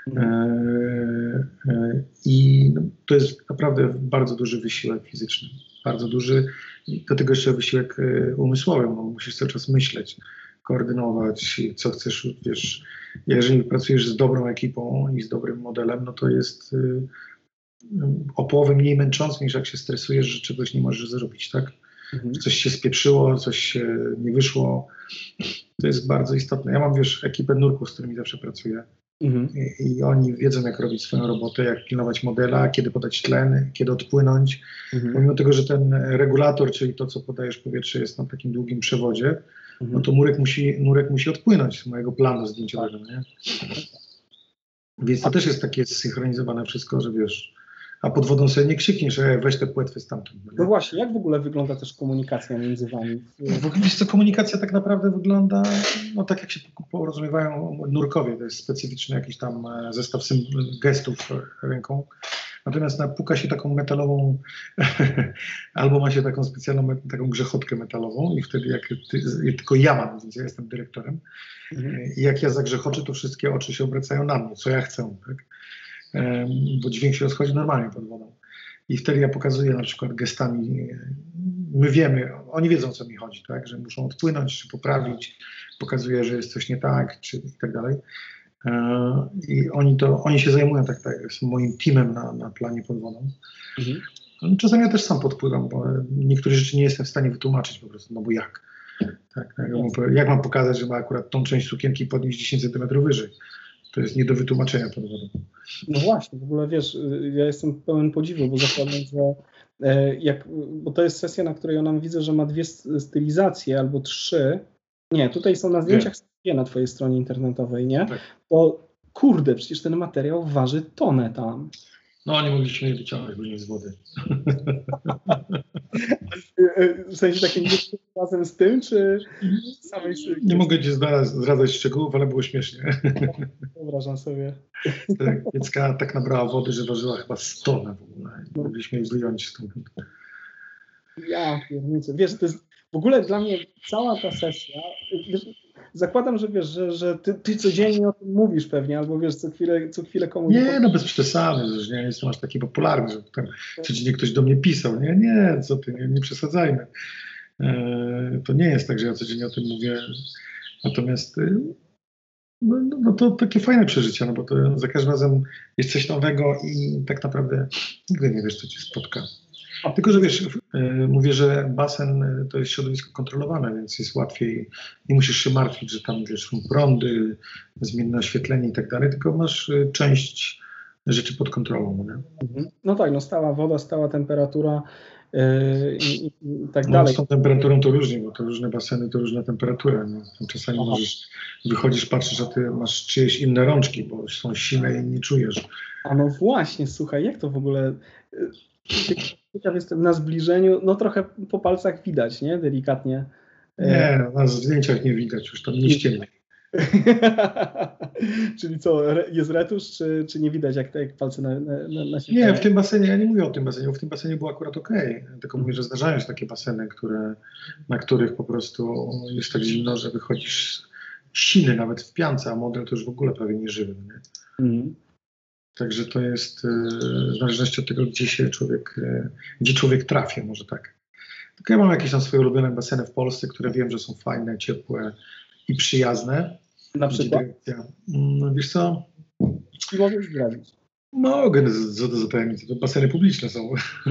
I to jest naprawdę bardzo duży wysiłek fizyczny, bardzo duży, i do tego jeszcze wysiłek umysłowy, bo musisz cały czas myśleć, koordynować, co chcesz, wiesz, jeżeli pracujesz z dobrą ekipą i z dobrym modelem, no to jest o połowę mniej męczące, niż jak się stresujesz, że czegoś nie możesz zrobić, tak? Mhm. Coś się spieprzyło, coś się nie wyszło, to jest bardzo istotne. Ja mam, wiesz, ekipę nurków, z którymi zawsze pracuję. Mhm. I, I oni wiedzą, jak robić swoją robotę, jak pilnować modela, kiedy podać tlen, kiedy odpłynąć. Mhm. Pomimo tego, że ten regulator, czyli to, co podajesz powietrze, jest na takim długim przewodzie, mhm. no to nurek musi, nurek musi odpłynąć z mojego planu zdjęciowego, nie? Więc to też jest takie zsynchronizowane wszystko, że wiesz, a pod wodą sobie nie krzykniesz, że weź te płetwy stamtąd. No, no właśnie, jak w ogóle wygląda też komunikacja między wami? W ogóle wiesz co, komunikacja tak naprawdę wygląda, no tak jak się porozumiewają nurkowie, to jest specyficzny jakiś tam zestaw gestów ręką. Natomiast napuka się taką metalową, albo ma się taką specjalną taką grzechotkę metalową i wtedy jak ty, tylko ja mam, więc ja jestem dyrektorem mhm. i jak ja zagrzechoczę, to wszystkie oczy się obracają na mnie, co ja chcę, tak? Bo dźwięk się rozchodzi normalnie pod wodą. I wtedy ja pokazuję na przykład gestami, my wiemy, oni wiedzą, o co mi chodzi, tak, że muszą odpłynąć, czy poprawić, pokazuję, że jest coś nie tak, czy i tak dalej. I oni to, oni się zajmują tak, tak z moim teamem na, na planie pod wodą. Mhm. Czasami ja też sam podpływam, bo niektóre rzeczy nie jestem w stanie wytłumaczyć po prostu, no bo jak? Tak, jak mam pokazać, że ma akurat tą część sukienki podnieść dziesięć centymetrów wyżej? To jest nie do wytłumaczenia pod wodą. No właśnie, w ogóle wiesz, ja jestem pełen podziwu, bo zakładam, że jak, bo to jest sesja, na której ona widzę, że ma dwie stylizacje albo trzy. Nie, tutaj są na zdjęciach dwie na twojej stronie internetowej, nie? Tak. To kurde, przecież ten materiał waży tonę tam. No, nie mogliśmy je wyciągnąć później z wody. W sensie takim razem z tym, czy samej sobie? Nie mogę ci zdradzać szczegółów, ale było śmiesznie. Wyobrażam sobie. Tak, Kiecka tak nabrała wody, że ważyła chyba sto tonę w ogóle. Mogliśmy jej wyjąć stąd. Ja pierniczę. Wiesz, to jest w ogóle dla mnie cała ta sesja, wiesz, zakładam, że wiesz, że, że ty, ty codziennie o tym mówisz pewnie, albo wiesz, co chwilę, co chwilę komuś... Nie, no bez przesady, że nie jestem aż taki popularny, że tam codziennie ktoś do mnie pisał. Nie, nie, co ty, nie, nie przesadzajmy. E, to nie jest tak, że ja codziennie o tym mówię. Natomiast no, no to takie fajne przeżycia, no bo to za każdym razem jest coś nowego i tak naprawdę nigdy nie wiesz, co cię spotka. Tylko, że wiesz, yy, mówię, że basen to jest środowisko kontrolowane, więc jest łatwiej, nie musisz się martwić, że tam wiesz, są prądy, zmienne oświetlenie i tak dalej, tylko masz y, część rzeczy pod kontrolą. Nie? No tak, no stała woda, stała temperatura yy, i, i tak no, dalej. Z tą temperaturą to różnie, bo to różne baseny, to różna temperatura. Nie? Czasami Aha. możesz, wychodzisz, patrzysz, że ty masz czyjeś inne rączki, bo są silne i nie czujesz. A no właśnie, słuchaj, jak to w ogóle... Ciekaw jestem na zbliżeniu, no trochę po palcach widać, nie? Delikatnie. Nie, na zdjęciach nie widać, już tam nie ściemnie. Czyli co, jest retusz, czy, czy nie widać, jak, jak palce na, na, na się... Nie, w tym basenie, ja nie mówię o tym basenie, bo w tym basenie było akurat okej. Okay. Tylko mówię, że zdarzają się takie baseny, które, na których po prostu jest tak zimno, że wychodzisz siny nawet w piance, a model to już w ogóle prawie nieżywy. Nie? Mhm. Także to jest w zależności od tego, gdzie się człowiek, gdzie człowiek trafi, może tak. Tylko ja mam jakieś tam swoje ulubione baseny w Polsce, które wiem, że są fajne, ciepłe i przyjazne. Na przykład? No, wiesz co? I możesz zdradzić. Mogę, co to za tajemnice, to baseny publiczne są.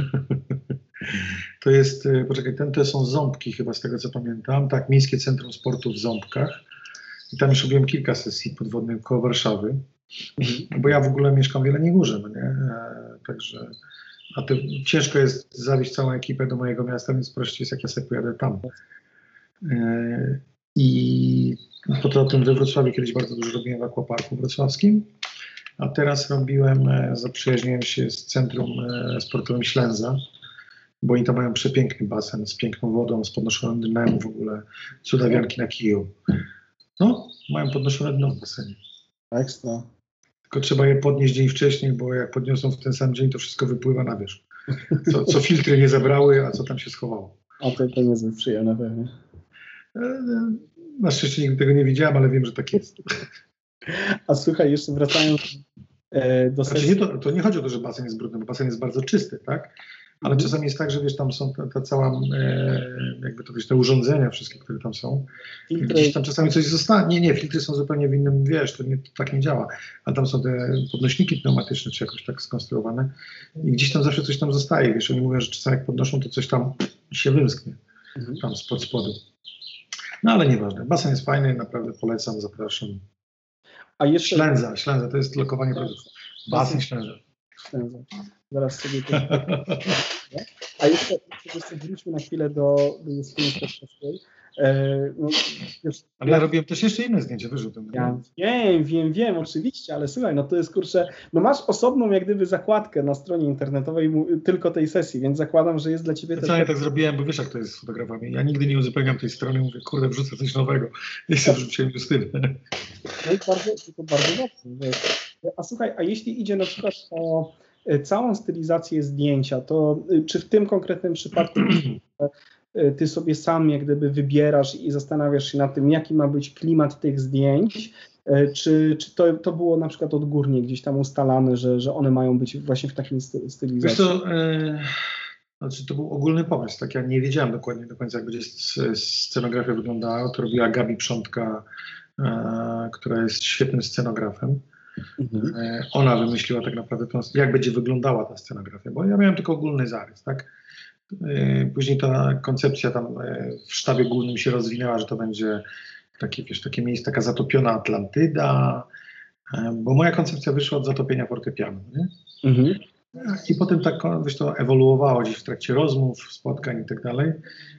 To jest, poczekaj, ten to są Ząbki chyba, z tego co pamiętam. Tak, Miejskie Centrum Sportu w Ząbkach. I tam już robiłem kilka sesji podwodnych koło Warszawy. Mhm. Bo ja w ogóle mieszkam w Jeleniej Górze, no nie? E, także, a to ciężko jest zawieźć całą ekipę do mojego miasta, więc prościej jest, jak ja sobie pojadę tam. E, I poza tym we Wrocławiu kiedyś bardzo dużo robiłem w Aquaparku wrocławskim, a teraz robiłem, e, zaprzyjaźniłem się z Centrum e, Sportowym Ślęza, bo oni tam mają przepiękny basen z piękną wodą, z podnoszonym dnem, w ogóle cudawianki na kiju. No, mają podnoszone dno w basenie. Ekstra. Tylko trzeba je podnieść dzień wcześniej, bo jak podniosą w ten sam dzień, to wszystko wypływa na wierzch. Co, co filtry nie zabrały, a co tam się schowało. A to, to niezbyt przyjemne pewnie. Na szczęście nigdy tego nie widziałem, ale wiem, że tak jest. A słuchaj, jeszcze wracając e, do znaczy, sesji... nie to, to nie chodzi o to, że basen jest brudny, bo basen jest bardzo czysty, tak? Ale mhm. czasami jest tak, że wiesz, tam są ta, ta cała, e, jakby to wiesz, te urządzenia wszystkie, które tam są. Filtry. Gdzieś tam czasami coś zostanie. Nie, nie, filtry są zupełnie w innym, wiesz, to, nie, to tak nie działa. A tam są te podnośniki pneumatyczne, czy jakoś tak skonstruowane. I gdzieś tam zawsze coś tam zostaje. Wiesz, oni mówią, że czasami jak podnoszą, to coś tam się wymsknie. Mhm. Tam spod spodu. No ale nieważne. Basen jest fajny, naprawdę polecam, zapraszam. A jeszcze... Ślęza, Ślęza, to jest lokowanie produktów. Basen Ślęza. Ślęza. Zaraz sobie to... A jeszcze, jeszcze wróćmy na chwilę do, do Justyny Staszkowskiej. E, no, ale ja robiłem też jeszcze inne zdjęcia, wiesz o tym. Ja wiem, wiem, wiem, oczywiście, ale słuchaj, no to jest, kurczę, no masz osobną jak gdyby zakładkę na stronie internetowej tylko tej sesji, więc zakładam, że jest dla ciebie... Ja też... tak zrobiłem, bo wiesz jak to jest z fotografami. Ja nigdy nie uzupełniam tej strony, mówię, kurde, wrzucę coś nowego. Ja sobie wrzuciłem Justynę. No i bardzo, to bardzo dobrze. A słuchaj, a jeśli idzie na przykład o całą stylizację zdjęcia, to czy w tym konkretnym przypadku ty sobie sam jak gdyby wybierasz i zastanawiasz się nad tym, jaki ma być klimat tych zdjęć, czy, czy to, to było na przykład odgórnie gdzieś tam ustalane, że, że one mają być właśnie w takim stylizacji? Wiesz to, e, znaczy to był ogólny pomysł, tak ja nie wiedziałem dokładnie do końca, jak będzie scenografia wyglądała, to robiła Gabi Przątka, e, która jest świetnym scenografem. Mhm. E, ona wymyśliła tak naprawdę, tą, jak będzie wyglądała ta scenografia, bo ja miałem tylko ogólny zarys, tak? Później ta koncepcja tam w sztabie głównym się rozwinęła, że to będzie takie, wiesz, takie miejsce, taka zatopiona Atlantyda, bo moja koncepcja wyszła od zatopienia fortepianu. Nie? Mhm. I potem tak, wiesz, to ewoluowało gdzieś w trakcie rozmów, spotkań i tak dalej.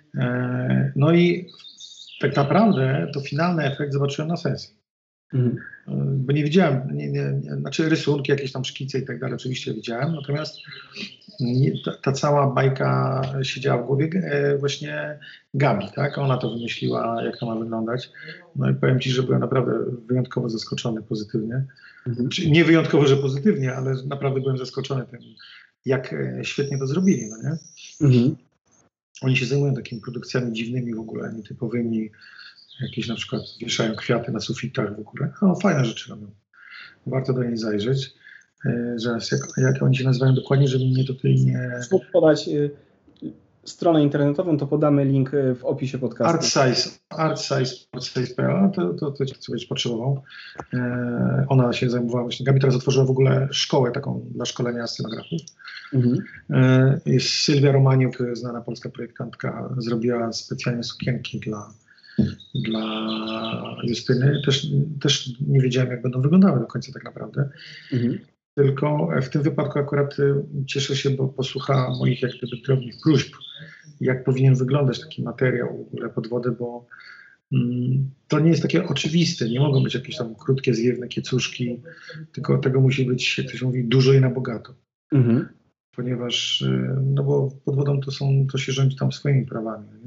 No i tak naprawdę to finalny efekt zobaczyłem na sesji. Mhm. Bo nie widziałem, nie, nie, nie, znaczy rysunki, jakieś tam szkice i tak dalej oczywiście widziałem, natomiast nie, ta, ta cała bajka siedziała w głowie e, właśnie Gabi, tak? Ona to wymyśliła, jak to ma wyglądać. No i powiem ci, że byłem naprawdę wyjątkowo zaskoczony pozytywnie. Mhm. Czyli nie wyjątkowo, że pozytywnie, ale naprawdę byłem zaskoczony tym, jak e, świetnie to zrobili, no nie? Mhm. Oni się zajmują takimi produkcjami dziwnymi w ogóle, nietypowymi. Jakieś na przykład wieszają kwiaty na sufitach w ogóle. No, fajne rzeczy robią. Warto do niej zajrzeć. Że jak, jak oni się nazywają dokładnie, żeby mnie tutaj nie... Mógł podać stronę internetową, to podamy link w opisie podcastu. Artsize, Artsize, Artsize.pl, to, to, to co będziesz potrzebował. E, ona się zajmowała właśnie, Gabi teraz otworzyła w ogóle szkołę taką dla szkolenia scenografów. Mhm. E, Sylwia Romaniuk, znana polska projektantka, zrobiła specjalnie sukienki dla, dla Justyny. Też, też nie wiedziałem, jak będą wyglądały do końca tak naprawdę. Mhm. Tylko w tym wypadku akurat cieszę się, bo posłucha moich jak gdyby drobnych próśb, jak powinien wyglądać taki materiał w ogóle pod wodę, bo mm, to nie jest takie oczywiste, nie mogą być jakieś tam krótkie, zjewne kiecuszki, tylko tego musi być, jak to się mówi, dużo i na bogato. Mhm. Ponieważ, no bo pod wodą to są, to się rządzi tam swoimi prawami. Nie?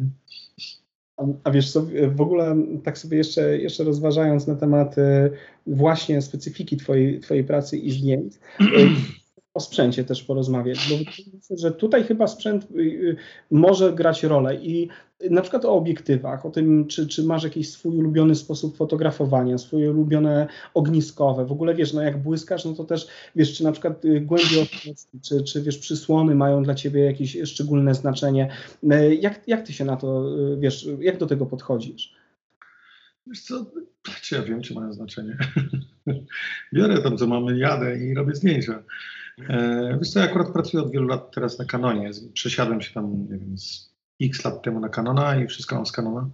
A wiesz co, w ogóle tak sobie jeszcze, jeszcze rozważając na temat właśnie specyfiki twojej, twojej pracy i zdjęć, o sprzęcie też porozmawiać, bo myślę, że tutaj chyba sprzęt może grać rolę i na przykład o obiektywach, o tym, czy, czy masz jakiś swój ulubiony sposób fotografowania, swoje ulubione ogniskowe, w ogóle wiesz, no jak błyskasz, no to też wiesz, czy na przykład głębie oczności, czy, czy wiesz, przysłony mają dla ciebie jakieś szczególne znaczenie. Jak, jak ty się na to, wiesz, jak do tego podchodzisz? Wiesz co, czy ja wiem, czy mają znaczenie. Biorę tam, co mamy, jadę i robię zdjęcia. E, wiesz co, ja akurat pracuję od wielu lat teraz na Canonie. Przesiadłem się tam, nie wiem, z x lat temu na Canona i wszystko mam z Canona.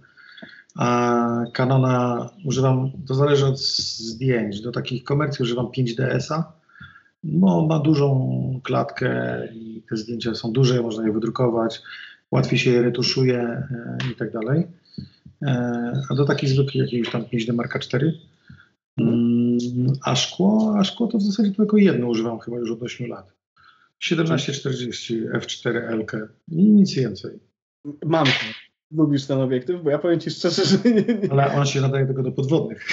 A Canona używam, to zależy od zdjęć. Do takich komercji używam pięć D S a, bo ma dużą klatkę i te zdjęcia są duże, można je wydrukować, łatwiej się je retuszuje e, i tak dalej. E, a do takich zwykłych jakiegoś tam pięć D Marka cztery. Mm, a szkło, a szkło to w zasadzie tylko jedno używam chyba już od ośmiu lat. siedemnaście czterdzieści F cztery L K i nic więcej. Mam to. Lubisz ten obiektyw? Bo ja powiem ci szczerze, że nie, nie. Ale on się nadaje tylko do podwodnych.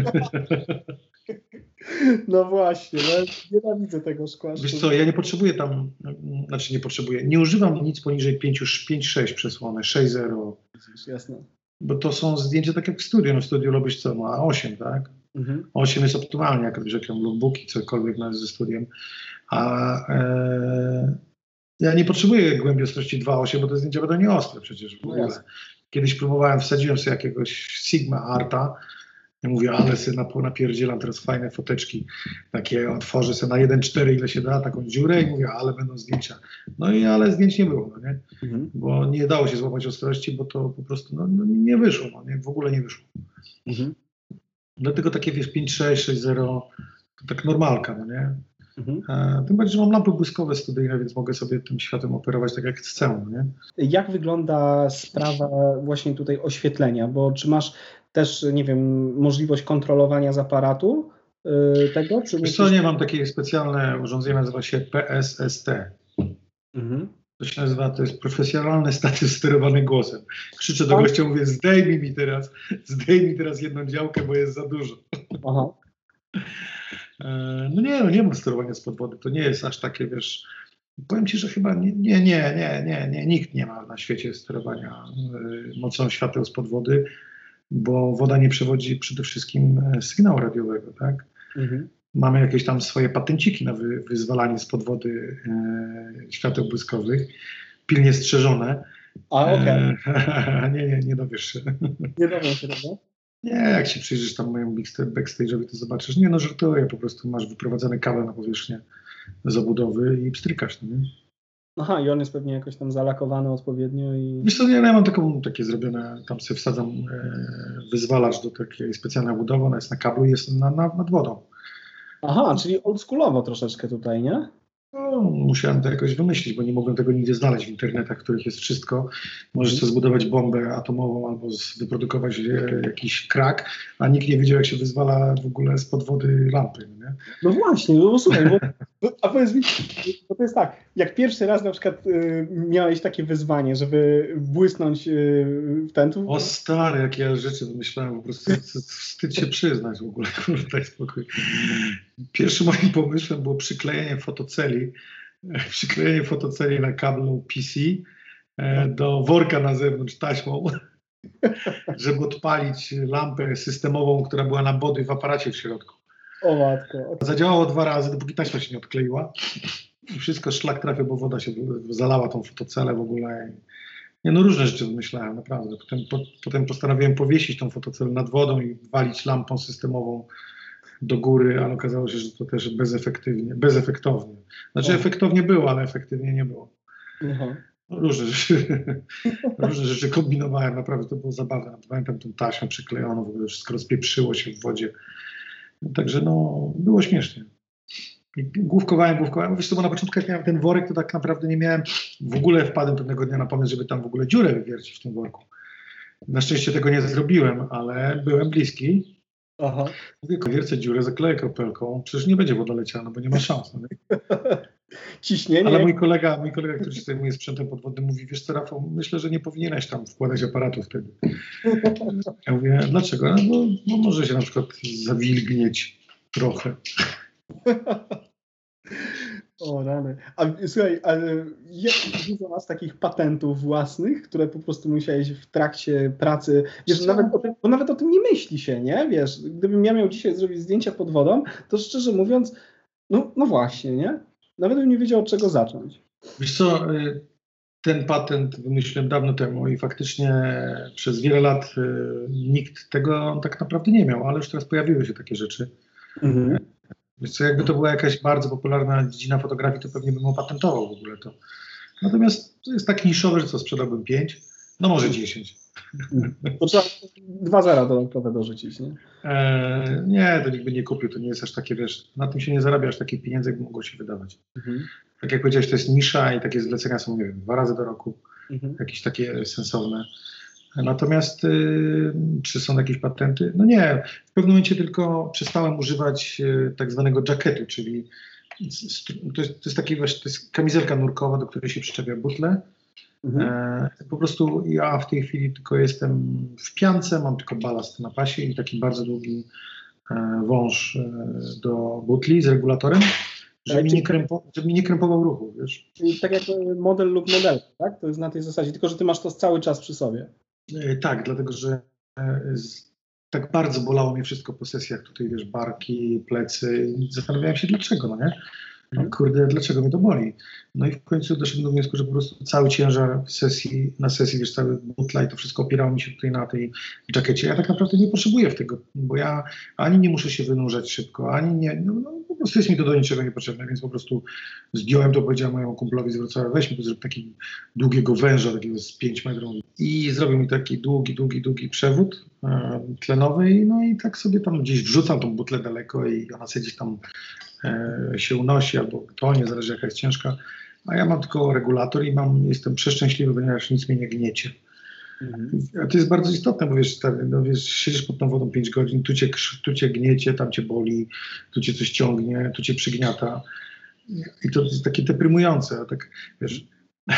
No właśnie, no, nienawidzę tego szkła. Wiesz co, ja nie potrzebuję tam, znaczy nie potrzebuję, nie używam nic poniżej pięć sześć przesłony, sześć zero. Jasne. Bo to są zdjęcia tak jak w studiu. No w studiu robisz co? Ma osiem, tak? Mhm. osiem jest optymalnie, jak robisz jakieś lookbooki, cokolwiek nawet ze studiem. A e, ja nie potrzebuję głębi ostrości dwa osiem, bo te zdjęcia będą nieostre przecież w ogóle. No kiedyś próbowałem, wsadziłem sobie jakiegoś Sigma Arta. Ja mówię, ale sobie napierdzielam teraz fajne foteczki, takie otworzę sobie na jeden cztery, ile się da, taką dziurę i mówię, ale będą zdjęcia. No i ale zdjęć nie było, no nie? Mhm. Bo nie dało się złapać ostrości, bo to po prostu no, no nie wyszło, no nie? W ogóle nie wyszło. Mhm. Dlatego takie wiesz pięć sześć, sześć zero to tak normalka, no nie? Mhm. E, tym bardziej, że mam lampy błyskowe studyjne, więc mogę sobie tym światłem operować tak jak chcę, no nie? Jak wygląda sprawa właśnie tutaj oświetlenia? Bo czy masz też, nie wiem, możliwość kontrolowania z aparatu yy, tego? Czy Wiesz co, nie mam takie specjalne urządzenie, nazywa się P S S T. Mhm. To się nazywa, to jest profesjonalny statyw sterowany głosem. Krzyczę do gościa, mówię, zdejmij mi teraz, zdejmij teraz jedną działkę, bo jest za dużo. Aha. No nie, no nie mam sterowania spod wody, to nie jest aż takie, wiesz, powiem ci, że chyba nie, nie, nie, nie, nie, nie nikt nie ma na świecie sterowania y, mocą świateł spod wody, bo woda nie przewodzi przede wszystkim sygnału radiowego, tak? Mhm. Mamy jakieś tam swoje patenciki na wy, wyzwalanie spod wody e, świateł błyskowych, pilnie strzeżone. A, okej. Okay. E, nie, nie, nie dowiesz się. Nie dowiesz się tego? Nie, jak się przyjrzysz tam moją backstage'owi, to zobaczysz. Nie, no żartuję, po prostu masz wyprowadzany kabel na powierzchnię z obudowy i pstrykasz, no nie? Aha, i on jest pewnie jakoś tam zalakowany odpowiednio i... Wiesz co, nie, ja mam taką, takie zrobione, tam sobie wsadzam e, wyzwalacz do takiej specjalnej obudowy, ona jest na kablu i jest na, na, nad wodą. Aha, czyli oldschoolowo troszeczkę tutaj, nie? No, musiałem to jakoś wymyślić, bo nie mogłem tego nigdzie znaleźć w internetach, w których jest wszystko. Możesz sobie zbudować bombę atomową albo wyprodukować e, jakiś krak, a nikt nie wiedział, jak się wyzwala w ogóle spod wody lampy. Nie? No właśnie, no bo słuchaj, bo, a powiedz mi, bo to jest tak, jak pierwszy raz na przykład y, miałeś takie wyzwanie, żeby błysnąć y, w ten... Tu... O stary, jakie ja rzeczy wymyślałem, po prostu wstyd się przyznać w ogóle, daj spokój. Pierwszym moim pomysłem było przyklejenie fotoceli, przyklejenie fotoceli na kablu P C e, do worka na zewnątrz taśmą, żeby odpalić lampę systemową, która była na body w aparacie w środku. O matko. Zadziałało dwa razy, dopóki taśma się nie odkleiła. I wszystko szlak trafił, bo woda się zalała tą fotocelę w ogóle. Nie, no różne rzeczy wymyślałem, naprawdę. Potem, po, potem postanowiłem powiesić tą fotocelę nad wodą i walić lampą systemową do góry, ale okazało się, że to też bezefektywnie, bezefektownie. Znaczy o. efektownie było, ale efektywnie nie było. No, różne rzeczy, różne rzeczy kombinowałem, naprawdę to było zabawne. Pamiętam tą taśmę przyklejoną, w ogóle wszystko rozpieprzyło się w wodzie. Także no, było śmiesznie. I główkowałem, główkowałem. Wiesz co, bo na początku jak miałem ten worek, to tak naprawdę nie miałem, w ogóle wpadłem pewnego dnia na pomysł, żeby tam w ogóle dziurę wywiercić w tym worku. Na szczęście tego nie zrobiłem, ale byłem bliski. Aha. Mówię, wiercę dziurę, zakleję kropelką, przecież nie będzie woda leciała, no bo nie ma szans. No nie? Ciśnienie. Ale mój kolega, mój kolega, który się zajmuje sprzętem podwodnym, mówi, wiesz co, Rafał, myślę, że nie powinieneś tam wkładać aparatu wtedy. Ja mówię, dlaczego? No bo, bo może się na przykład zawilgnieć trochę. O rany. A słuchaj, ale jest dużo masz takich patentów własnych, które po prostu musiałeś w trakcie pracy, wiesz, nawet o tym, bo nawet o tym nie myśli się, nie? Wiesz, gdybym ja miał dzisiaj zrobić zdjęcia pod wodą, to szczerze mówiąc, no, no właśnie, nie? Nawet bym nie wiedział, od czego zacząć. Wiesz co, ten patent wymyśliłem dawno temu i faktycznie przez wiele lat nikt tego tak naprawdę nie miał, ale już teraz pojawiły się takie rzeczy. Mhm. Wiesz co, jakby to była jakaś bardzo popularna dziedzina fotografii, to pewnie bym opatentował w ogóle to. Natomiast to jest tak niszowe, że co, sprzedałbym pięć, no może dziesięć. To trzeba dwa zera dodatkowe dorzucić, nie? E, nie, to nikt by nie kupił, to nie jest aż takie, wiesz, na tym się nie zarabia aż takich pieniędzy, jak mogło się wydawać. Mhm. Tak jak powiedziałeś, to jest nisza i takie zlecenia są, nie wiem, dwa razy do roku, mhm. jakieś takie sensowne. Natomiast y, czy są jakieś patenty? No nie, w pewnym momencie tylko przestałem używać y, tak zwanego jacketu, czyli to jest, to jest taki właśnie, to jest kamizelka nurkowa, do której się przyczepia butle. Mhm. E, po prostu ja w tej chwili tylko jestem w piance, mam tylko balast na pasie i taki bardzo długi e, wąż e, do butli z regulatorem, żeby mi nie, krępo, żeby mi nie krępował ruchu, wiesz. Czyli tak jak model lub modelka, tak? To jest na tej zasadzie, tylko że ty masz to cały czas przy sobie. E, tak, dlatego że e, z, tak bardzo bolało mnie wszystko po sesjach tutaj, wiesz, barki, plecy i zastanawiałem się dlaczego, no nie? No, kurde, dlaczego mnie to boli? No i w końcu doszedłem do wniosku, że po prostu cały ciężar sesji, na sesji, wiesz, cały butla i to wszystko opierało mi się tutaj na tej jackecie. Ja tak naprawdę nie potrzebuję w tego, bo ja ani nie muszę się wynurzać szybko, ani nie, no, no po prostu jest mi to do niczego niepotrzebne, więc po prostu zdjąłem to, powiedziałem mojemu kumplowi z Wrocławia, weź mi to, zrób taki długiego węża, takiego z pięć metrów i zrobił mi taki długi, długi, długi przewód e, tlenowy i no i tak sobie tam gdzieś wrzucam tą butlę daleko i ona sobie gdzieś tam e, się unosi albo tonie, zależy jaka jest ciężka, a ja mam tylko regulator i mam, jestem przeszczęśliwy, ponieważ nic mnie nie gniecie. Mhm. A to jest bardzo istotne, bo wiesz, tak, no wiesz, siedzisz pod tą wodą pięć godzin, tu cię, tu cię gniecie, tam cię boli, tu cię coś ciągnie, tu cię przygniata i to jest takie deprymujące, a tak wiesz,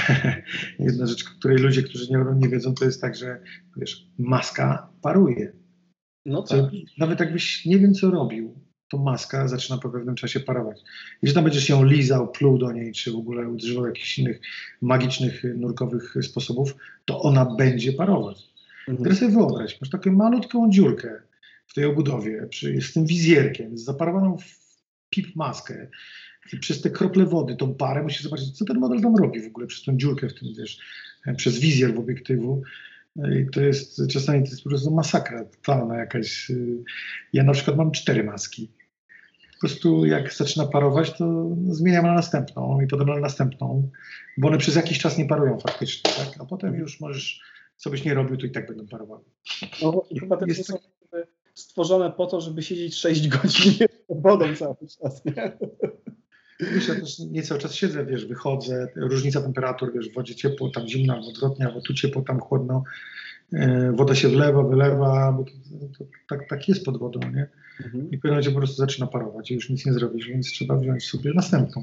jedna rzecz, której ludzie, którzy nie, nie wiedzą, to jest tak, że wiesz, maska paruje. No tak. Nawet jakbyś nie wiem co robił, to maska zaczyna po pewnym czasie parować. Jeśli tam będziesz ją lizał, pluł do niej, czy w ogóle używał jakichś innych magicznych, nurkowych sposobów, to ona będzie parować. Mhm. Teraz sobie wyobraź, masz taką malutką dziurkę w tej obudowie, przy, z tym wizjerkiem, z zaparowaną w pip maskę i przez te krople wody, tą parę, musisz zobaczyć, co ten model tam robi w ogóle, przez tą dziurkę w tym, wiesz, przez wizjer w obiektywu. I to jest, czasami to jest po prostu masakra totalna jakaś. Ja na przykład mam cztery maski. Po prostu jak zaczyna parować, to zmieniam na następną i potem na następną, bo one przez jakiś czas nie parują faktycznie, tak? A potem już możesz, co byś nie robił, to i tak będą parowały. No i chyba też są stworzone po to, żeby siedzieć sześć godzin pod wodą cały czas, nie? Wiesz, ja też nie cały czas siedzę, wiesz, wychodzę, różnica temperatur, wiesz, w wodzie ciepło, tam zimno, albo odwrotnie, albo tu ciepło, tam chłodno, e, woda się wlewa, wylewa, bo to, to, to, tak, tak jest pod wodą, nie? Mhm. I w pewnym momencie po prostu zaczyna parować i już nic nie zrobisz, więc trzeba wziąć sobie następną.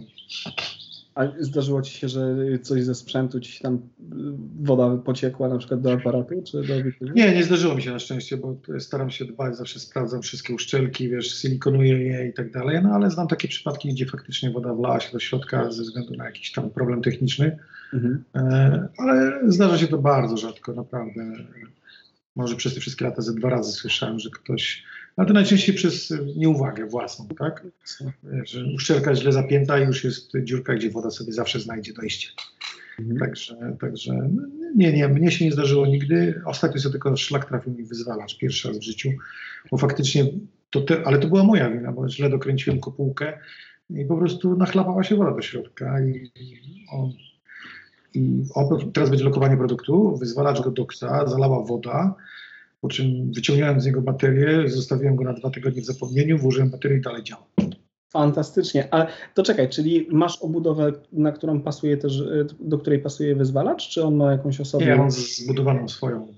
A zdarzyło ci się, że coś ze sprzętu ci tam woda pociekła na przykład do aparatu, czy do obiektywu? Nie, nie zdarzyło mi się na szczęście, bo staram się dbać, zawsze sprawdzam wszystkie uszczelki, wiesz, silikonuję je i tak dalej, no ale znam takie przypadki, gdzie faktycznie woda wlała się do środka ze względu na jakiś tam problem techniczny, mhm. e, ale zdarza się to bardzo rzadko, naprawdę. Może przez te wszystkie lata ze dwa razy słyszałem, że ktoś, ale to najczęściej przez nieuwagę własną, tak? Że uszczelka jest źle zapięta i już jest dziurka, gdzie woda sobie zawsze znajdzie dojście. Mhm. Także, także nie, nie, mnie się nie zdarzyło nigdy. Ostatnio sobie tylko szlak trafił mi wyzwalacz, pierwszy raz w życiu, bo faktycznie, to te, ale to była moja wina, bo źle dokręciłem kopułkę i po prostu nachlapała się woda do środka i, i, on, i o, teraz będzie lokowanie produktu, wyzwalacz go doksa, zalała woda, po czym wyciągnąłem z niego baterię, zostawiłem go na dwa tygodnie w zapomnieniu, włożyłem baterię i dalej działa. Fantastycznie, ale to czekaj, czyli masz obudowę, na którą pasuje też, do której pasuje wyzwalacz, czy on ma jakąś osobną? Nie, ja mam zbudowaną swoją.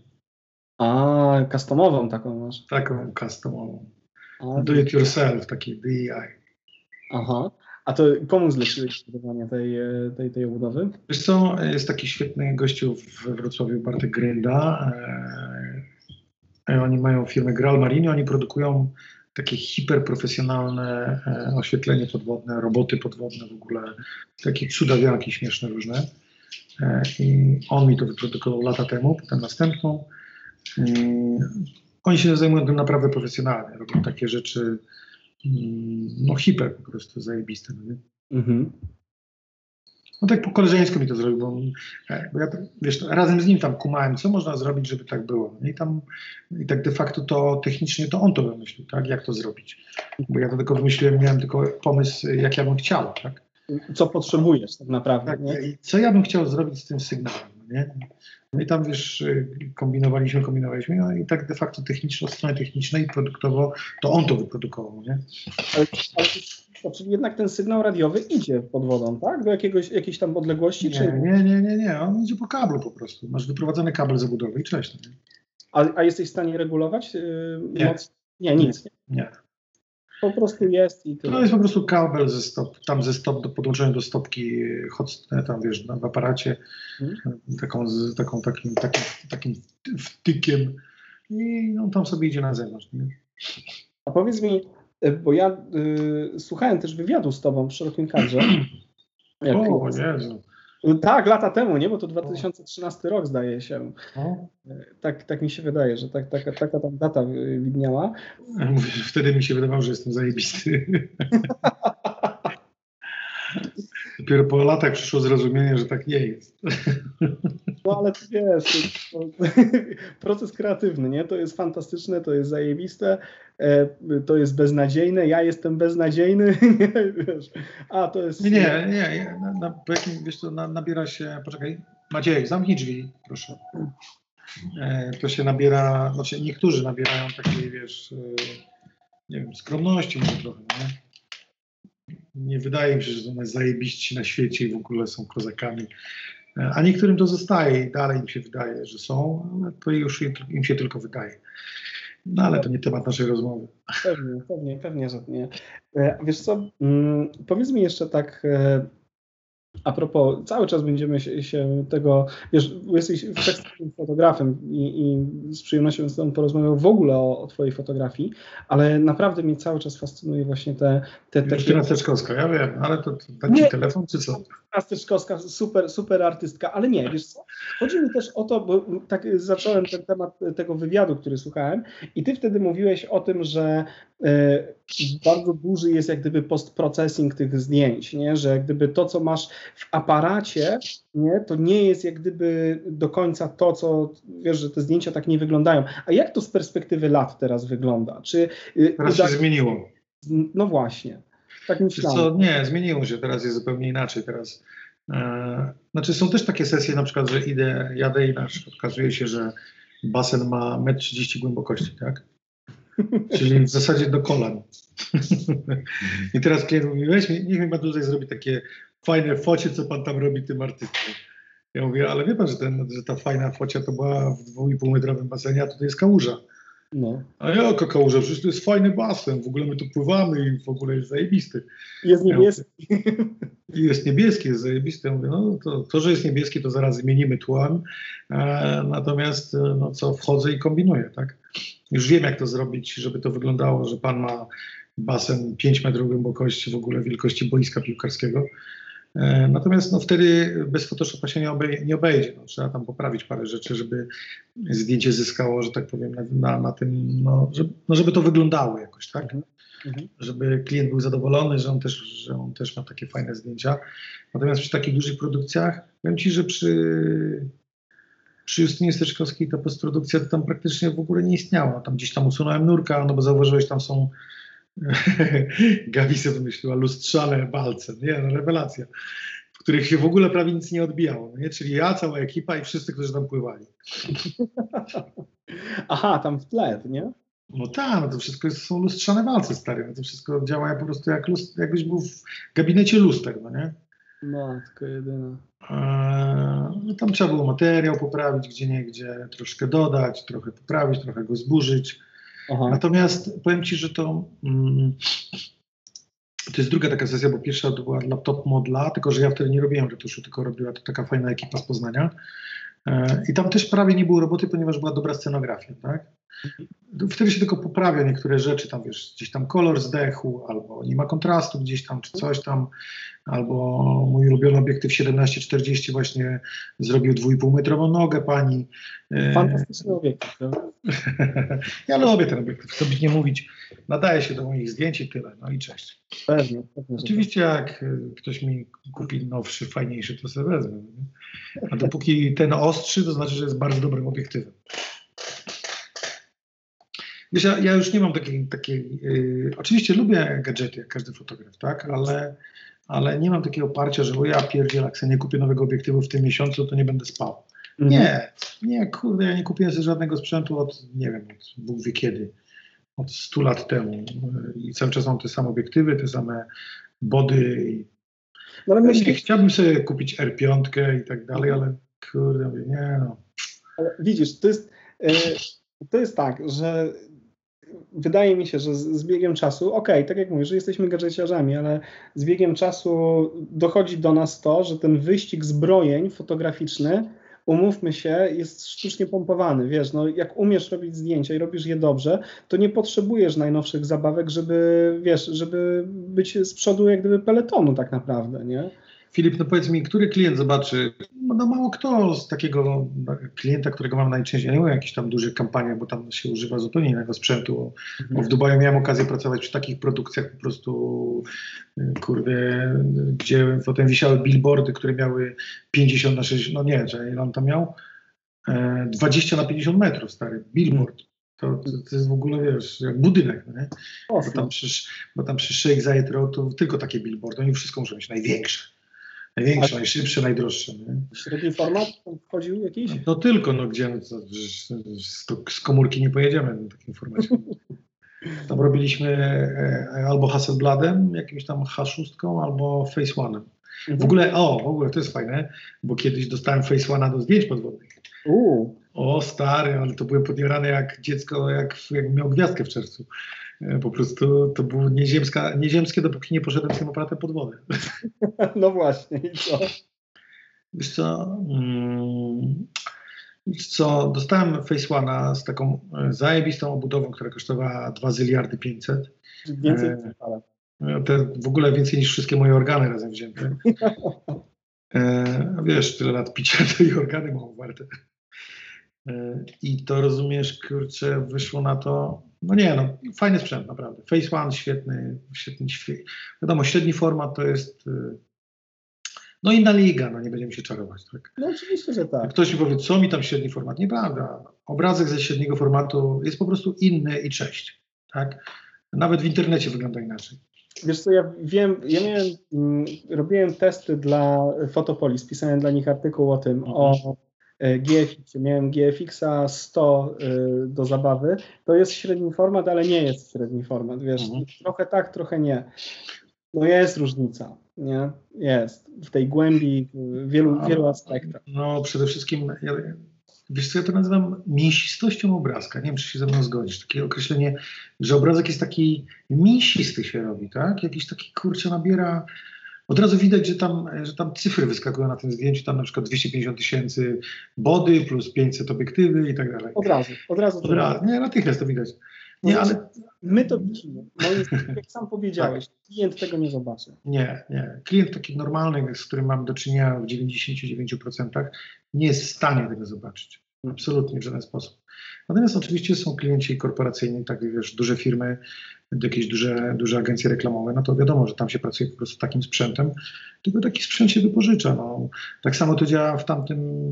A, customową taką masz. Taką customową. A, do it yourself, taki D I Y. Aha, a to komu zleciłeś budowanie tej, tej, tej obudowy? Wiesz co, jest taki świetny gościu we Wrocławiu, Bartek Grynda. E, oni mają firmę Graal Marine, oni produkują takie hiperprofesjonalne e, oświetlenie podwodne, roboty podwodne w ogóle, takie cudawianki śmieszne różne. E, I on mi to wyprodukował lata temu, potem następną. E, oni się zajmują tym naprawdę profesjonalnie, robią takie rzeczy, mm, no hiper po prostu zajebiste. No, nie? Mhm. No tak po koleżeńsku mi to zrobił, bo, bo ja wiesz, razem z nim tam kumałem, co można zrobić, żeby tak było. I tam i tak de facto to technicznie to on to wymyślił, tak, jak to zrobić. Bo ja to tylko wymyśliłem, miałem tylko pomysł, jak ja bym chciał, tak. Co potrzebujesz tak naprawdę. Tak, nie? I co ja bym chciał zrobić z tym sygnałem, nie? No i tam wiesz, kombinowaliśmy, kombinowaliśmy, no i tak de facto technicznie, od strony technicznej i produktowo to on to wyprodukował, nie? Ale, ale to, czyli jednak ten sygnał radiowy idzie pod wodą, tak? Do jakiegoś, jakiejś tam odległości? Nie, czy... nie, nie, nie, nie, on idzie po kablu po prostu. Masz wyprowadzony kabel zabudowy i cześć. Nie? A, a jesteś w stanie regulować yy, nie. moc? Nie, nic. Nie. nie. Po prostu jest i tyle. To jest po prostu kabel ze stop, tam ze stop, do, podłączony do stopki, hot, tam wiesz, w aparacie, hmm. taką, z, taką takim, takim, takim wtykiem i on tam sobie idzie na zewnątrz. Nie? A powiedz mi, bo ja y, słuchałem też wywiadu z tobą w szerokim kadrze. Jak o, Jezu. Tak, lata temu, nie? Bo to dwa tysiące trzynasty rok zdaje się. O. Tak, tak mi się wydaje, że tak, taka, taka tam data widniała. Wtedy mi się wydawało, że jestem zajebisty. Dopiero po latach przyszło zrozumienie, że tak nie jest. No ale ty wiesz, to, proces kreatywny, nie? To jest fantastyczne, to jest zajebiste, to jest beznadziejne, ja jestem beznadziejny, nie, wiesz. A to jest... Nie, nie, nie, na, na, po jakim, wiesz co, na, nabiera się, poczekaj, Maciej, zamknij drzwi, proszę. E, to się nabiera, znaczy niektórzy nabierają takiej, wiesz, e, nie wiem, skromności może trochę, nie? Nie wydaje mi się, że są zajebiści na świecie i w ogóle są kozakami. A niektórym to zostaje i dalej im się wydaje, że są, ale to już im się tylko wydaje. No ale to nie temat naszej rozmowy. Pewnie, pewnie, pewnie, że nie. Wiesz co, hmm, powiedz mi jeszcze tak, a propos, cały czas będziemy się, się tego, wiesz, jesteś fotografem fotografem i, i z przyjemnością z tobą porozmawiał w ogóle o, o twojej fotografii, ale naprawdę mnie cały czas fascynuje właśnie te... te, te Justyna Steczkowska, ja wiem, ale to dać ci telefon czy co? Justyna Steczkowska, super, super artystka, ale nie, wiesz co, chodzi mi też o to, bo tak zacząłem ten temat tego wywiadu, który słuchałem i ty wtedy mówiłeś o tym, że e, bardzo duży jest jak gdyby post-processing tych zdjęć, nie? Że jak gdyby to, co masz w aparacie, nie, to nie jest jak gdyby do końca to, co, wiesz, że te zdjęcia tak nie wyglądają. A jak to z perspektywy lat teraz wygląda? Czy teraz uda... się zmieniło. No właśnie, tak myślałem. Co, nie, zmieniło się, teraz jest zupełnie inaczej. Teraz, e, znaczy są też takie sesje, na przykład, że idę, jadę i na przykład okazuje się, że basen ma metr trzydzieści głębokości, tak? Czyli w zasadzie do kolan. I teraz klient mówi, weź, niech mi pan tutaj zrobi takie fajne focie, co pan tam robi tym artystą. Ja mówię, ale wie pan, że, ten, że ta fajna focia to była w dwu i pół metrowym basenie, a tutaj jest kałuża. No. A jaka kałuża? Przecież to jest fajny basen, w ogóle my tu pływamy i w ogóle jest zajebisty. Jest niebieski. Ja mówię, jest niebieski, jest zajebisty. Ja mówię, no to, to, że jest niebieski, to zaraz zmienimy tłem. E, natomiast no co, wchodzę i kombinuję, tak? Już wiem, jak to zrobić, żeby to wyglądało, że pan ma basen pięć metrów głębokości, w ogóle wielkości boiska piłkarskiego. Natomiast no, wtedy bez Photoshopa się nie, obej nie obejdzie. No, trzeba tam poprawić parę rzeczy, żeby zdjęcie zyskało, że tak powiem, na, na, na tym, no żeby, no żeby to wyglądało jakoś, tak? Mhm. Żeby klient był zadowolony, że on, też, że on też ma takie fajne zdjęcia. Natomiast przy takich dużych produkcjach, powiem Ci, że przy, przy Justynie Steczkowskiej ta postprodukcja to tam praktycznie w ogóle nie istniała. Tam gdzieś tam usunąłem nurka, no bo zauważyłeś, tam są Gabi sobie wymyśliła lustrzane balce, nie, no rewelacja, w których się w ogóle prawie nic nie odbijało, no nie? Czyli ja, cała ekipa i wszyscy, którzy tam pływali. Aha, tam w tle, nie? No tak, no to wszystko jest, są lustrzane walce, stary, no to wszystko działa po prostu jak lust, jakbyś był w gabinecie luster, no nie? No, tylko jedyne. Eee, no tam trzeba było materiał poprawić gdzie nie gdzie, troszkę dodać, trochę poprawić, trochę go zburzyć. Aha. Natomiast powiem Ci, że to, mm, to jest druga taka sesja, bo pierwsza to była dla Top Modela, tylko że ja wtedy nie robiłem retuszu, tylko robiła to taka fajna ekipa z Poznania. E, I tam też prawie nie było roboty, ponieważ była dobra scenografia, tak? Wtedy się tylko poprawia niektóre rzeczy, tam wiesz, gdzieś tam kolor zdechł, albo nie ma kontrastu gdzieś tam, czy coś tam, albo mój ulubiony obiektyw siedemnaście czterdzieści właśnie zrobił dwójpół metrową nogę pani. Fantastyczny obiektyw, prawda? Ja lubię ten obiektyw, co by nie mówić, nadaje się do moich zdjęć i tyle, no i cześć. Pewnie, pewnie. Oczywiście jak ktoś mi kupi nowszy, fajniejszy, to sobie wezmę. A dopóki ten ostrzy, to znaczy, że jest bardzo dobrym obiektywem. Wiesz, ja, ja już nie mam takiej, takiej yy, oczywiście lubię gadżety, jak każdy fotograf, tak, ale, ale nie mam takiego oparcia, że o ja pierdziel, jak sobie nie kupię nowego obiektywu w tym miesiącu, to nie będę spał. Mhm. Nie, nie, kurde, ja nie kupiłem sobie żadnego sprzętu od, nie wiem, od Bóg wie kiedy, od stu lat temu i cały czas mam te same obiektywy, te same body. I... No, ale myślę, chciałbym sobie kupić R pięć i tak dalej, ale kurde, mówię, nie no. Ale widzisz, to jest, yy, to jest tak, że wydaje mi się, że z, z biegiem czasu, okej, okay, tak jak mówisz, że jesteśmy gadżeciarzami, ale z biegiem czasu dochodzi do nas to, że ten wyścig zbrojeń fotograficzny, umówmy się, jest sztucznie pompowany, wiesz, no jak umiesz robić zdjęcia i robisz je dobrze, to nie potrzebujesz najnowszych zabawek, żeby, wiesz, żeby być z przodu jak gdyby peletonu tak naprawdę, nie? Filip, no powiedz mi, który klient zobaczy, no mało kto z takiego klienta, którego mam najczęściej, ja nie mówię o jakichś tam dużych kampaniach, bo tam się używa zupełnie innego sprzętu, mhm. bo w Dubaju miałem okazję pracować przy takich produkcjach po prostu, kurde, gdzie potem wisiały billboardy, które miały pięćdziesiąt na sześćdziesiąt, no nie, że ile on tam miał? dwadzieścia na pięćdziesiąt metrów, stary, billboard. To, to, to jest w ogóle, wiesz, jak budynek, no nie? Bo tam przy, bo tam przy Sheikh Zayed Road to tylko takie billboardy, oni wszystko muszą mieć największe. Największe, najszybsze, najdroższe. Nie? Średni format wchodził jakiś? No, no tylko, no gdzie, no, to, z, z komórki nie pojedziemy w takim formacie. Tam robiliśmy e, albo Hasselbladem, jakimś tam H sześć, albo Face One'em. Mhm. W ogóle, o, w ogóle to jest fajne, bo kiedyś dostałem Face One'a do zdjęć podwodnych. Uh. O stary, ale to byłem podjarany jak dziecko, jak, jak miał gwiazdkę w czerwcu. Po prostu to było nieziemska, nieziemskie, dopóki nie poszedłem z tym aparatem pod wodę. No właśnie, i co? Wiesz co, hmm, wiesz co, dostałem Face One'a z taką zajebistą obudową, która kosztowała dwa zyliardy pięćset. Więcej e, te, w ogóle więcej niż wszystkie moje organy razem wzięte. E, wiesz, tyle lat picia, to i organy mają warte. E, I to rozumiesz, kurczę, wyszło na to, no nie, no fajny sprzęt, naprawdę. Face One świetny, świetny, świetny. Wiadomo, średni format to jest no inna liga, no nie będziemy się czarować, tak? No oczywiście, że tak. Ktoś mi powie, co mi tam średni format? Nieprawda. Obrazek ze średniego formatu jest po prostu inny i cześć, tak? Nawet w internecie wygląda inaczej. Wiesz co, ja wiem, ja miałem, mm, robiłem testy dla Fotopolis, pisałem dla nich artykuł o tym, mhm. o G F X-ie. Miałem G F X-a sto y, do zabawy. To jest średni format, ale nie jest średni format, wiesz, mhm. trochę tak, trochę nie. No jest różnica, nie? Jest. W tej głębi, w wielu, wielu aspektach. No przede wszystkim, ja, wiesz co, ja to nazywam mięsistością obrazka. Nie wiem, czy się ze mną zgodzisz. Takie określenie, że obrazek jest taki mięsisty się robi, tak? Jakiś taki, kurczę, nabiera... Od razu widać, że tam, że tam cyfry wyskakują na tym zdjęciu, tam na przykład dwieście pięćdziesiąt tysięcy body plus pięćset obiektywy i tak dalej. Od razu, od razu. Od razu. Nie, natychmiast to widać. Nie, ale... My to widzimy. Moim zdaniem, jak sam powiedziałeś, tak. Klient tego nie zobaczy. Nie, nie. Klient taki normalny, z którym mam do czynienia w dziewięćdziesięciu dziewięciu procentach, nie jest w stanie tego zobaczyć. Absolutnie w żaden sposób. Natomiast oczywiście są klienci korporacyjni, tak wiesz, duże firmy, jakieś duże, duże agencje reklamowe, no to wiadomo, że tam się pracuje po prostu takim sprzętem, tylko taki sprzęt się wypożycza. No. Tak samo to działa w tamtym,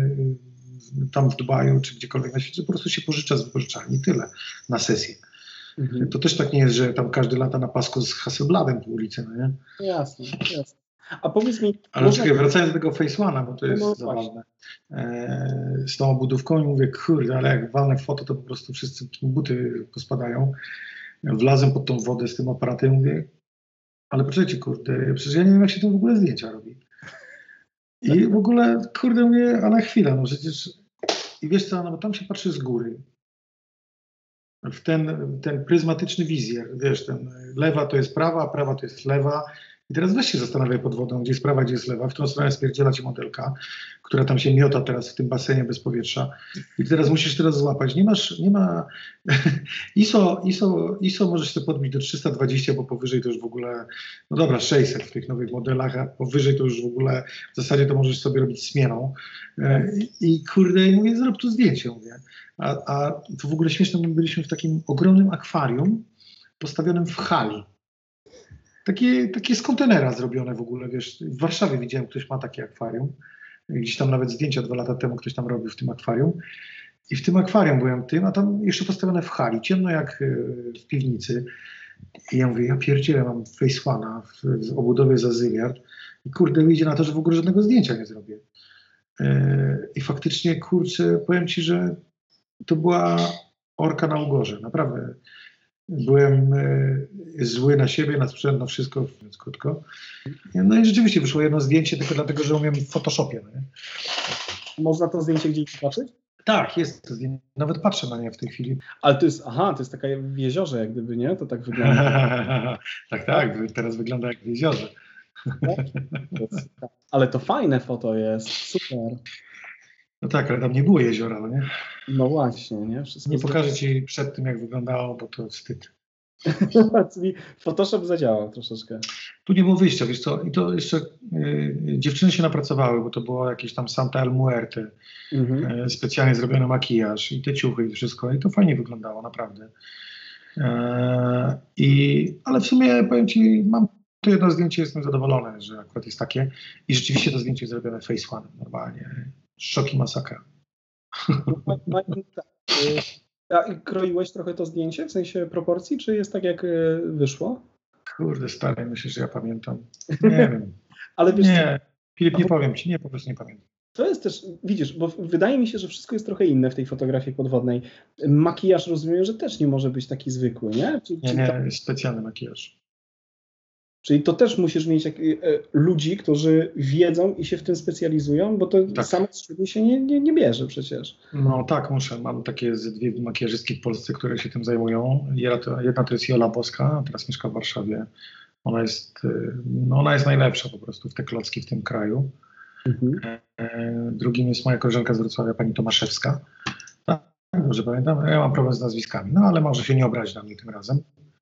e, tam w Dubaju, czy gdziekolwiek na świecie, po prostu się pożycza z wypożyczalni, tyle, na sesję. Mhm. To też tak nie jest, że tam każdy lata na pasku z Hasselbladem po ulicy, no nie? Jasne, jasne. A powiedz mi... Ale można... czekaj, wracając do tego Face One'a, bo to jest no, zabawne. E, z tą obudówką i mówię, kurde, ale jak walnę foto, to po prostu wszyscy buty pospadają. Wlazłem pod tą wodę z tym aparatem i mówię, ale poczekajcie, kurde, przecież ja nie wiem, jak się to w ogóle zdjęcia robi. I w ogóle, kurde, mówię, ale chwila, no przecież... I wiesz co, no bo tam się patrzy z góry. W ten, ten pryzmatyczny wizjer, wiesz, ten lewa to jest prawa, prawa to jest lewa. I teraz weź się zastanawiaj pod wodą, gdzie jest prawa, gdzie jest lewa, w którą stronę spierdziela ci modelka, która tam się miota teraz w tym basenie bez powietrza. I teraz musisz teraz złapać. Nie masz, nie ma... I S O, I S O, I S O możesz sobie podbić do trzysta dwadzieścia, bo powyżej to już w ogóle, no dobra, sześćset w tych nowych modelach, a powyżej to już w ogóle, w zasadzie to możesz sobie robić zmianą. I, i kurde, i mówię, zrób tu zdjęcie, mówię. A, a to w ogóle śmieszne, my byliśmy w takim ogromnym akwarium postawionym w hali. Takie, takie z kontenera zrobione w ogóle, wiesz, w Warszawie widziałem, ktoś ma takie akwarium, gdzieś tam nawet zdjęcia dwa lata temu ktoś tam robił w tym akwarium i w tym akwarium byłem tym, a tam jeszcze postawione w hali, ciemno jak w piwnicy i ja mówię, ja pierdzielę, mam Face One'a w, w obudowie za zyliard i kurde, wyjdzie na to, że w ogóle żadnego zdjęcia nie zrobię. I faktycznie, kurczę, powiem ci, że to była orka na ugorze, naprawdę. Byłem y, zły na siebie, na sprzęt, na wszystko, mówiąc krótko. No i rzeczywiście wyszło jedno zdjęcie tylko dlatego, że umiem w Photoshopie. No nie? Można to zdjęcie gdzieś zobaczyć? Tak, jest to zdjęcie. Nawet patrzę na nie w tej chwili. Ale to jest, aha, to jest taka w jeziorze jak gdyby, nie? To tak wygląda. tak, tak, teraz wygląda jak w jeziorze. Ale to fajne foto jest, super. No tak, ale tam nie było jeziora, no nie? No właśnie, nie? Wszystko nie pokażę ci przed tym, jak wyglądało, bo to wstyd. Czyli Photoshop zadziałał troszeczkę. Tu nie było wyjścia, wiesz co, i to jeszcze y, dziewczyny się napracowały, bo to było jakieś tam Santa El Muerte, mhm. y, specjalnie zrobiony makijaż i te ciuchy i wszystko, i to fajnie wyglądało, naprawdę. Y, i, ale w sumie, powiem ci, mam to jedno zdjęcie, jestem zadowolony, że akurat jest takie i rzeczywiście to zdjęcie jest zrobione Face One, normalnie. Szok i masakra. A kroiłeś trochę to zdjęcie, w sensie proporcji, czy jest tak, jak wyszło? Kurde, stary, myślę, że ja pamiętam. Nie wiem. Ale wiesz, nie, Filip, nie powiem ci, nie, po prostu nie pamiętam. To jest też, widzisz, bo wydaje mi się, że wszystko jest trochę inne w tej fotografii podwodnej. Makijaż, rozumiem, że też nie może być taki zwykły, nie? Czy, nie, czy nie, to... jest specjalny makijaż. Czyli to też musisz mieć jak, e, ludzi, którzy wiedzą i się w tym specjalizują, bo to tak. Samo z siebie się nie, nie, nie bierze przecież. No tak, muszę. Mam takie dwie makijażystki w Polsce, które się tym zajmują. Jedna to, jedna to jest Jola Boska, a teraz mieszka w Warszawie. Ona jest, no ona jest najlepsza po prostu w te klocki w tym kraju. Mhm. E, drugim jest moja koleżanka z Wrocławia, pani Tomaszewska. Tak, dobrze pamiętam. Ja mam problem z nazwiskami, no ale może się nie obrazić na mnie tym razem.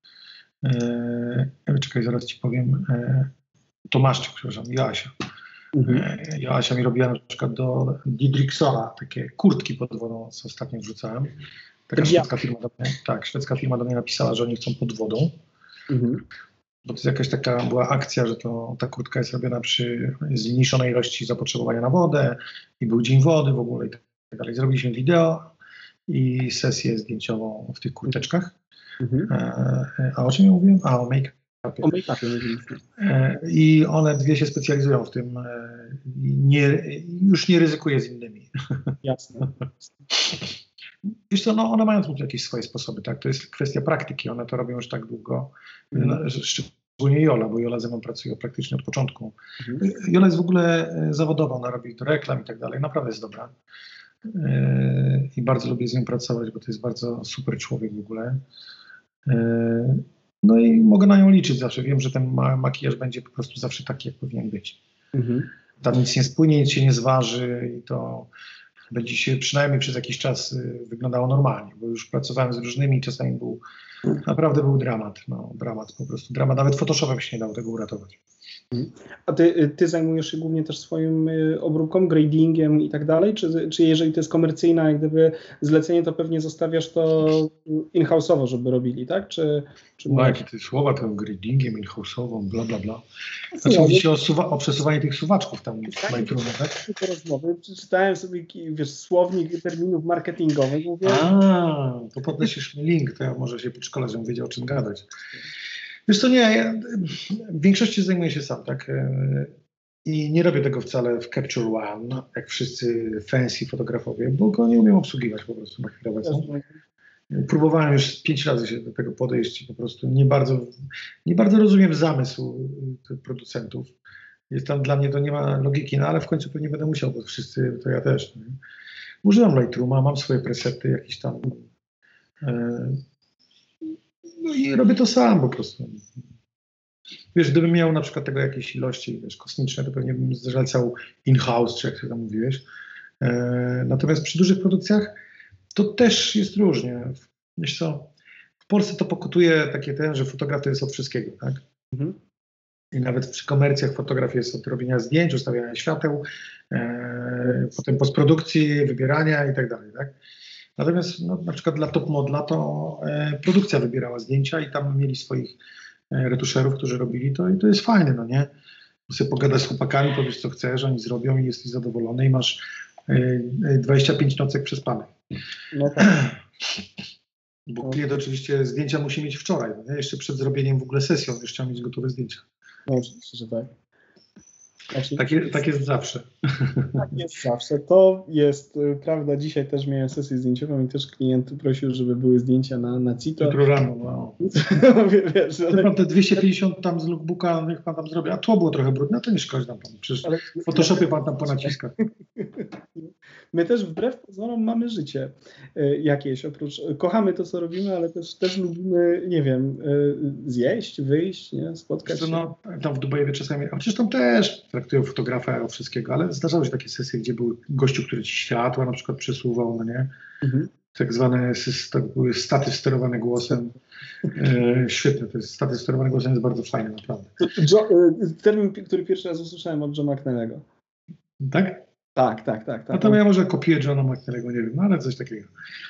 E, czekaj, zaraz ci powiem. E, Tomaszczyk, przepraszam, Joasia. Mhm. E, Joasia mi robiła na przykład do Didriksona takie kurtki pod wodą, co ostatnio wrzucałem. Taka szwedzka firma do mnie, tak, szwedzka firma do mnie napisała, że oni chcą pod wodą. Mhm. Bo to jest jakaś taka była akcja, że to, ta kurtka jest robiona przy zmniejszonej ilości zapotrzebowania na wodę i był dzień wody w ogóle i tak dalej. Zrobiliśmy wideo i sesję zdjęciową w tych kurteczkach. Mhm. E, a o czym ja mówiłem? A, o make-upie. O make-upie mówiliśmy. E, I one dwie się specjalizują w tym. E, nie, już nie ryzykuję z innymi. Jasne. Wiesz co, no one mają tu jakieś swoje sposoby, tak? To jest kwestia praktyki, one to robią już tak długo, mm. szczególnie Jola, bo Jola ze mną pracuje praktycznie od początku. Mm. Jola jest w ogóle zawodowa, ona robi do reklam i tak dalej, naprawdę jest dobra. Yy, I bardzo lubię z nią pracować, bo to jest bardzo super człowiek w ogóle. Yy, no i mogę na nią liczyć zawsze, wiem, że ten makijaż będzie po prostu zawsze taki, jak powinien być. Mm. Tam nic nie spłynie, nic się nie zważy i to... będzie się przynajmniej przez jakiś czas wyglądało normalnie, bo już pracowałem z różnymi i czasami był, naprawdę był dramat, no dramat po prostu, dramat, nawet Photoshopem się nie dało tego uratować. A ty, ty zajmujesz się głównie też swoim obróbką, gradingiem i tak dalej, czy, czy jeżeli to jest komercyjne, jak gdyby zlecenie, to pewnie zostawiasz to in-house'owo, żeby robili, tak? Czy, czy no, jakie te słowa, tym gradingiem, in-house'ową, bla, bla, bla. No, znaczy mówi się o, suwa- o przesuwaniu tych suwaczków tam w Lightroomie, tak? Te rozmowy, przeczytałem sobie, wiesz, słownik terminów marketingowych, mówię... A, to podnosisz mi link, to ja może się podszkolę, żebym wiedział, o czym gadać. Wiesz co, nie, ja w większości zajmuję się sam, tak, i nie robię tego wcale w Capture One, jak wszyscy fancy fotografowie, bo go nie umiem obsługiwać po prostu na chwilę obecną. Próbowałem już pięć razy się do tego podejść i po prostu nie bardzo, nie bardzo rozumiem zamysł tych producentów. Jest tam, dla mnie to nie ma logiki, no ale w końcu pewnie będę musiał, bo wszyscy, to ja też. Nie? Używam Lightrooma, mam swoje presety jakieś tam, no i robię to sam po prostu. Wiesz, gdybym miał na przykład tego jakieś ilości, wiesz, kosmiczne, to pewnie bym zlecał in-house, czy jak ty tam mówiłeś. E, natomiast przy dużych produkcjach to też jest różnie. Wiesz co, w Polsce to pokutuje takie ten, że fotograf to jest od wszystkiego, tak? Mhm. I nawet przy komercjach fotograf jest od robienia zdjęć, ustawiania świateł, e, potem postprodukcji, wybierania i tak dalej, tak? Natomiast no, na przykład dla top modela to e, produkcja wybierała zdjęcia i tam mieli swoich e, retuszerów, którzy robili to i to jest fajne, no nie? Bo sobie pogadasz z chłopakami, powiesz co chcesz, oni zrobią i jesteś zadowolony i masz e, dwadzieścia pięć nocek przespanych. No tak. Bo klient oczywiście zdjęcia musi mieć wczoraj, no nie? Jeszcze przed zrobieniem w ogóle sesji, on już chciał mieć gotowe zdjęcia. No oczywiście, że tak. Znaczy, tak, jest, tak jest zawsze. Tak jest zawsze. To jest prawda. Dzisiaj też miałem sesję zdjęciową i też klient prosił, żeby były zdjęcia na, na Cito. Jutro rano, wow. Wiesz, ale... Pan te dwieście pięćdziesiąt tam z lookbooka, niech pan tam zrobi, a tło było trochę brudne, to nie szkodzi nam pan. Przecież ale... w Photoshopie pan tam ponaciska. My też wbrew pozorom mamy życie jakieś. Oprócz, kochamy to, co robimy, ale też, też lubimy, nie wiem, zjeść, wyjść, nie? Spotkać się. No, tam w Dubaju czasami, a przecież tam też traktują fotografa od wszystkiego, ale zdarzały się takie sesje, gdzie był gościu, który ci światła na przykład przesuwał, no nie? Mhm. Tak zwane były staty sterowane głosem. E, świetne, to jest staty sterowane głosem, jest bardzo fajne, naprawdę. Jo, termin, który pierwszy raz usłyszałem od Johna McNally'ego. Tak? Tak, tak, tak. tak. No to ja może kopiuję Johna McNally'ego, nie wiem, no ale coś takiego.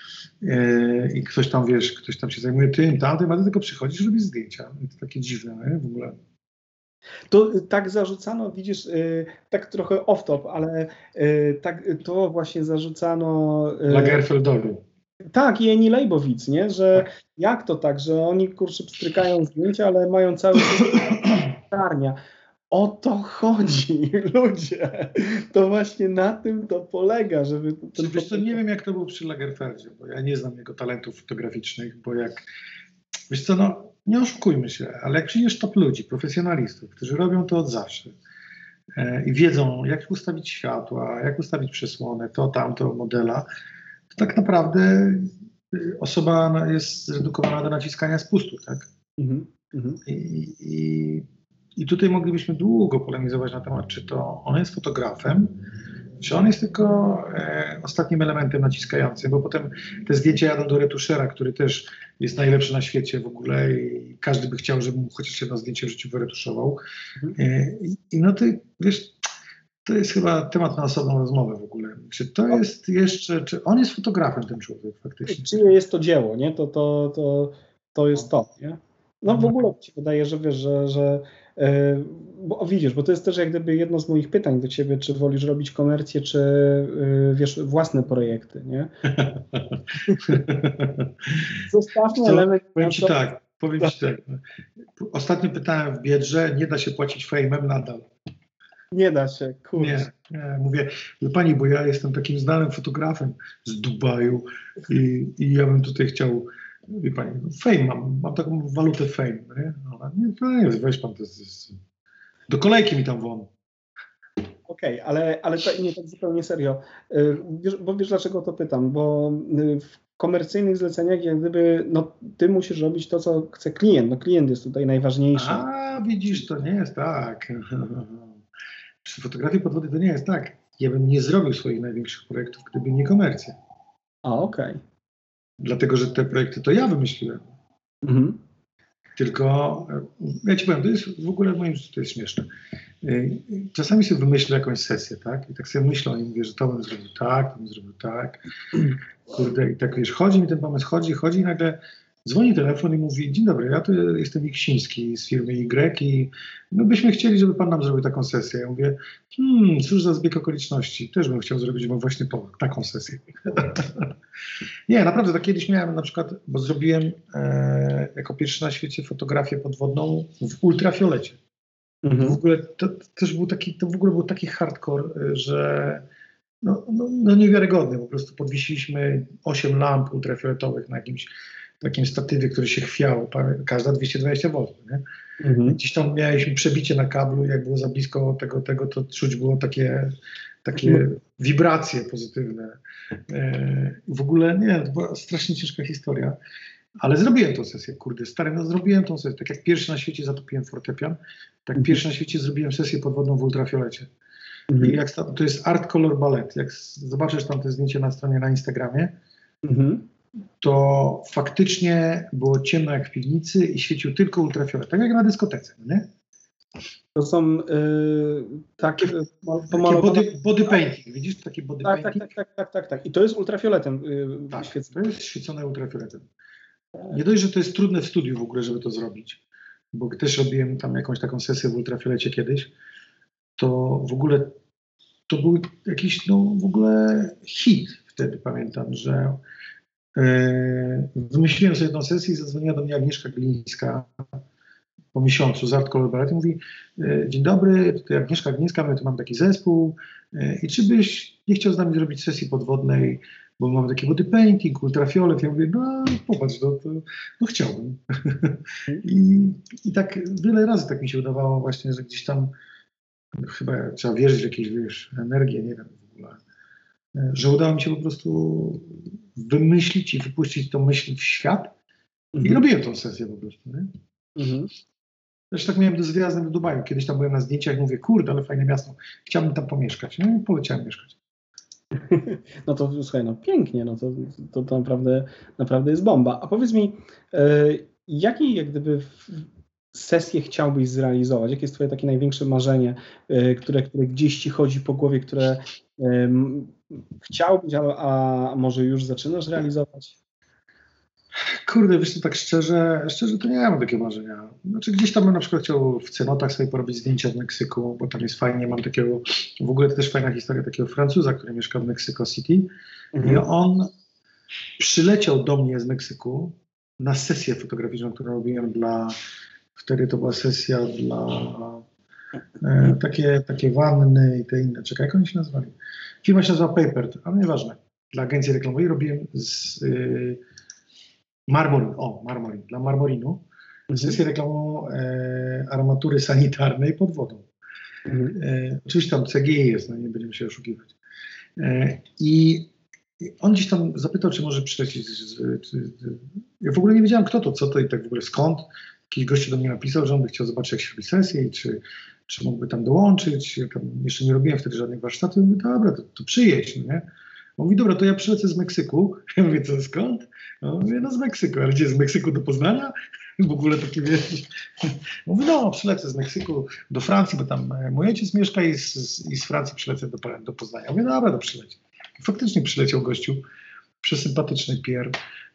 E, I ktoś tam, wiesz, ktoś tam się zajmuje tym, tamtym, a do tego przychodzisz, robisz zdjęcia. To takie dziwne, nie? W ogóle. To tak zarzucano, widzisz, yy, tak trochę off-top, ale yy, tak, to właśnie zarzucano... Yy, Lagerfeldowi. Tak, i Eni Leibowitz, nie? Że tak. Jak to tak, że oni kurczę pstrykają zdjęcia, ale mają cały czarnia. O to chodzi, ludzie. To właśnie na tym to polega, żeby... Ten wiesz, to nie wiem, jak to było przy Lagerfeldzie, bo ja nie znam jego talentów fotograficznych, bo jak... Wiesz co, no... Nie oszukujmy się, ale jak przyjdziesz top ludzi, profesjonalistów, którzy robią to od zawsze e, i wiedzą, jak ustawić światła, jak ustawić przesłonę, to, tamto, modela, to tak naprawdę osoba jest zredukowana do naciskania spustu, tak? Mm-hmm. I, i, I tutaj moglibyśmy długo polemizować na temat, czy to on jest fotografem, czy on jest tylko e, ostatnim elementem naciskającym, bo potem te zdjęcia jadą do retuszera, który też jest najlepszy na świecie w ogóle i każdy by chciał, żeby mu chociaż jedno zdjęcie w życiu wyretuszował. E, i, I no ty, wiesz, to jest chyba temat na osobną rozmowę w ogóle. Czy to jest jeszcze, czy on jest fotografem, ten człowiek faktycznie? Czyje jest to dzieło, nie? To, to, to, to jest to, nie? No w ogóle ci wydaje, że wiesz, że, że yy, bo widzisz, bo to jest też jak gdyby jedno z moich pytań do ciebie, czy wolisz robić komercję, czy yy, wiesz, własne projekty, nie? Zostawmy element. Powiem ci tak, powiem ci tak. Ostatnio pytałem w Biedrze, nie da się płacić fejmem nadal. Nie da się, kurczę. Nie, nie, mówię, pani, bo ja jestem takim znanym fotografem z Dubaju i, i ja bym tutaj chciał, wie pani, fame mam, mam taką walutę fame, nie? Ona, nie, no, weź pan to, z, do kolejki mi tam won. Okej, okay, ale, ale to, nie tak zupełnie serio, wiesz, bo wiesz dlaczego to pytam, bo w komercyjnych zleceniach jak gdyby, no ty musisz robić to, co chce klient, no klient jest tutaj najważniejszy. A widzisz, to nie jest tak. Przy fotografii podwody to nie jest tak. ja bym nie zrobił swoich największych projektów, gdyby nie komercja. A, okej. Okay. Dlatego, że te projekty to ja wymyśliłem. Mhm. Tylko, ja ci powiem, to jest w ogóle w moim życiu to jest śmieszne. Czasami sobie wymyślę jakąś sesję, tak? I tak sobie myślę o nim, mówię, że to bym zrobił tak, to bym zrobił tak. Kurde, i tak wiesz, chodzi mi ten pomysł, chodzi, chodzi i nagle dzwoni telefon i mówi, dzień dobry, ja tu jestem Iksiński z firmy Y i my byśmy chcieli, żeby pan nam zrobił taką sesję. Ja mówię, hmm, cóż za zbieg okoliczności, też bym chciał zrobić wam właśnie po, taką sesję. Nie, naprawdę, tak kiedyś miałem na przykład, bo zrobiłem e, jako pierwszy na świecie fotografię podwodną w ultrafiolecie. Mhm. W ogóle to, to też był taki, to w ogóle był taki hardcore, że no, no, no niewiarygodny, po prostu podwiesiliśmy osiem lamp ultrafioletowych na jakimś takim statywie, który się chwiał, każda dwieście dwadzieścia woltów, nie? Mhm. Gdzieś tam mieliśmy przebicie na kablu, jak było za blisko tego, tego to czuć było takie, takie wibracje pozytywne. E, w ogóle nie, to była strasznie ciężka historia, ale zrobiłem tą sesję, kurde, stary, no zrobiłem tą sesję, tak jak pierwszy na świecie zatopiłem fortepian, tak mhm. pierwszy na świecie zrobiłem sesję podwodną w ultrafiolecie. Mhm. I jak to jest Art Color Ballet, jak zobaczysz tam te zdjęcie na stronie na Instagramie, mhm. to faktycznie było ciemno jak w piwnicy i świecił tylko ultrafiolet, tak jak na dyskotece, nie? To są yy, takie, takie body, body painting, widzisz? Takie body tak, painting. Tak, tak, tak, tak, tak. I to jest ultrafioletem yy, tak, świecone. To jest świecone ultrafioletem. Nie dość, że to jest trudne w studiu w ogóle, żeby to zrobić, bo też robiłem tam jakąś taką sesję w ultrafiolecie kiedyś, to w ogóle to był jakiś no w ogóle hit wtedy, pamiętam, że yy, wymyśliłem sobie jedną sesję i zadzwoniła do mnie Agnieszka Glińska po miesiącu z Art Color Ballet i mówi, yy, dzień dobry, tutaj Agnieszka Glińska, my tu mam taki zespół yy, i czy byś nie chciał z nami zrobić sesji podwodnej, bo mamy taki body painting, ultrafiolet. Ja mówię, no popatrz, no, to, no chciałbym. I, I tak wiele razy tak mi się udawało właśnie, że gdzieś tam no, chyba trzeba wierzyć w jakieś, wiesz, energię, nie wiem w ogóle, że udało mi się po prostu wymyślić i wypuścić tą myśl w świat mhm. i robiłem tą sesję po prostu, nie? Mhm. Też tak miałem z wyjazdem do Dubaju. Kiedyś tam byłem na zdjęciach i mówię, kurde, ale fajne miasto, chciałbym tam pomieszkać. No i poleciałem mieszkać. No to słuchaj, no pięknie, no to, to, to naprawdę, naprawdę jest bomba. A powiedz mi, e, jakie jak gdyby sesję chciałbyś zrealizować? Jakie jest twoje takie największe marzenie, e, które, które gdzieś ci chodzi po głowie, które e, chciałbyś, a, a może już zaczynasz realizować? Kurde, wiesz co, tak szczerze, szczerze to nie mam takie marzenia. Znaczy gdzieś tam bym na przykład chciał w cenotach sobie porobić zdjęcia w Meksyku, bo tam jest fajnie, mam takiego, w ogóle to też fajna historia takiego Francuza, który mieszka w Mexico City mhm. i on przyleciał do mnie z Meksyku na sesję fotograficzną, którą robiłem dla, wtedy to była sesja dla e, takie, takie wanny i te inne, czekaj, jak oni się nazywali? Firma się nazywa Paper, ale nieważne, dla agencji reklamowej robiłem z y, Marmorin, o, Marmorin, dla Marmorinu mhm. sesję reklamową e, armatury sanitarnej pod wodą. Mhm. E, oczywiście tam C G I jest, no nie będziemy się oszukiwać. E, I on gdzieś tam zapytał, czy może przylecieć. Ja w ogóle nie wiedziałem, kto to, co to i tak w ogóle skąd. Jakiś gościu do mnie napisał, że on by chciał zobaczyć, jak się robi sesję i czy, czy mógłby tam dołączyć. Ja tam jeszcze nie robiłem wtedy żadnych warsztatów. Ja mówię, dobra, to, to przyjedź, no nie? On mówi, dobra, to ja przylecę z Meksyku. Ja mówię, co, skąd? No, mówię, no z Meksyku. Ale gdzie, z Meksyku do Poznania? W ogóle taki, wiesz. Mówi, no, przylecę z Meksyku do Francji, bo tam mój ojciec mieszka i z, i z Francji przylecę do, do Poznania. Mówię, dobra, to przyleć. Faktycznie przyleciał gościu, przesympatyczny Pierre,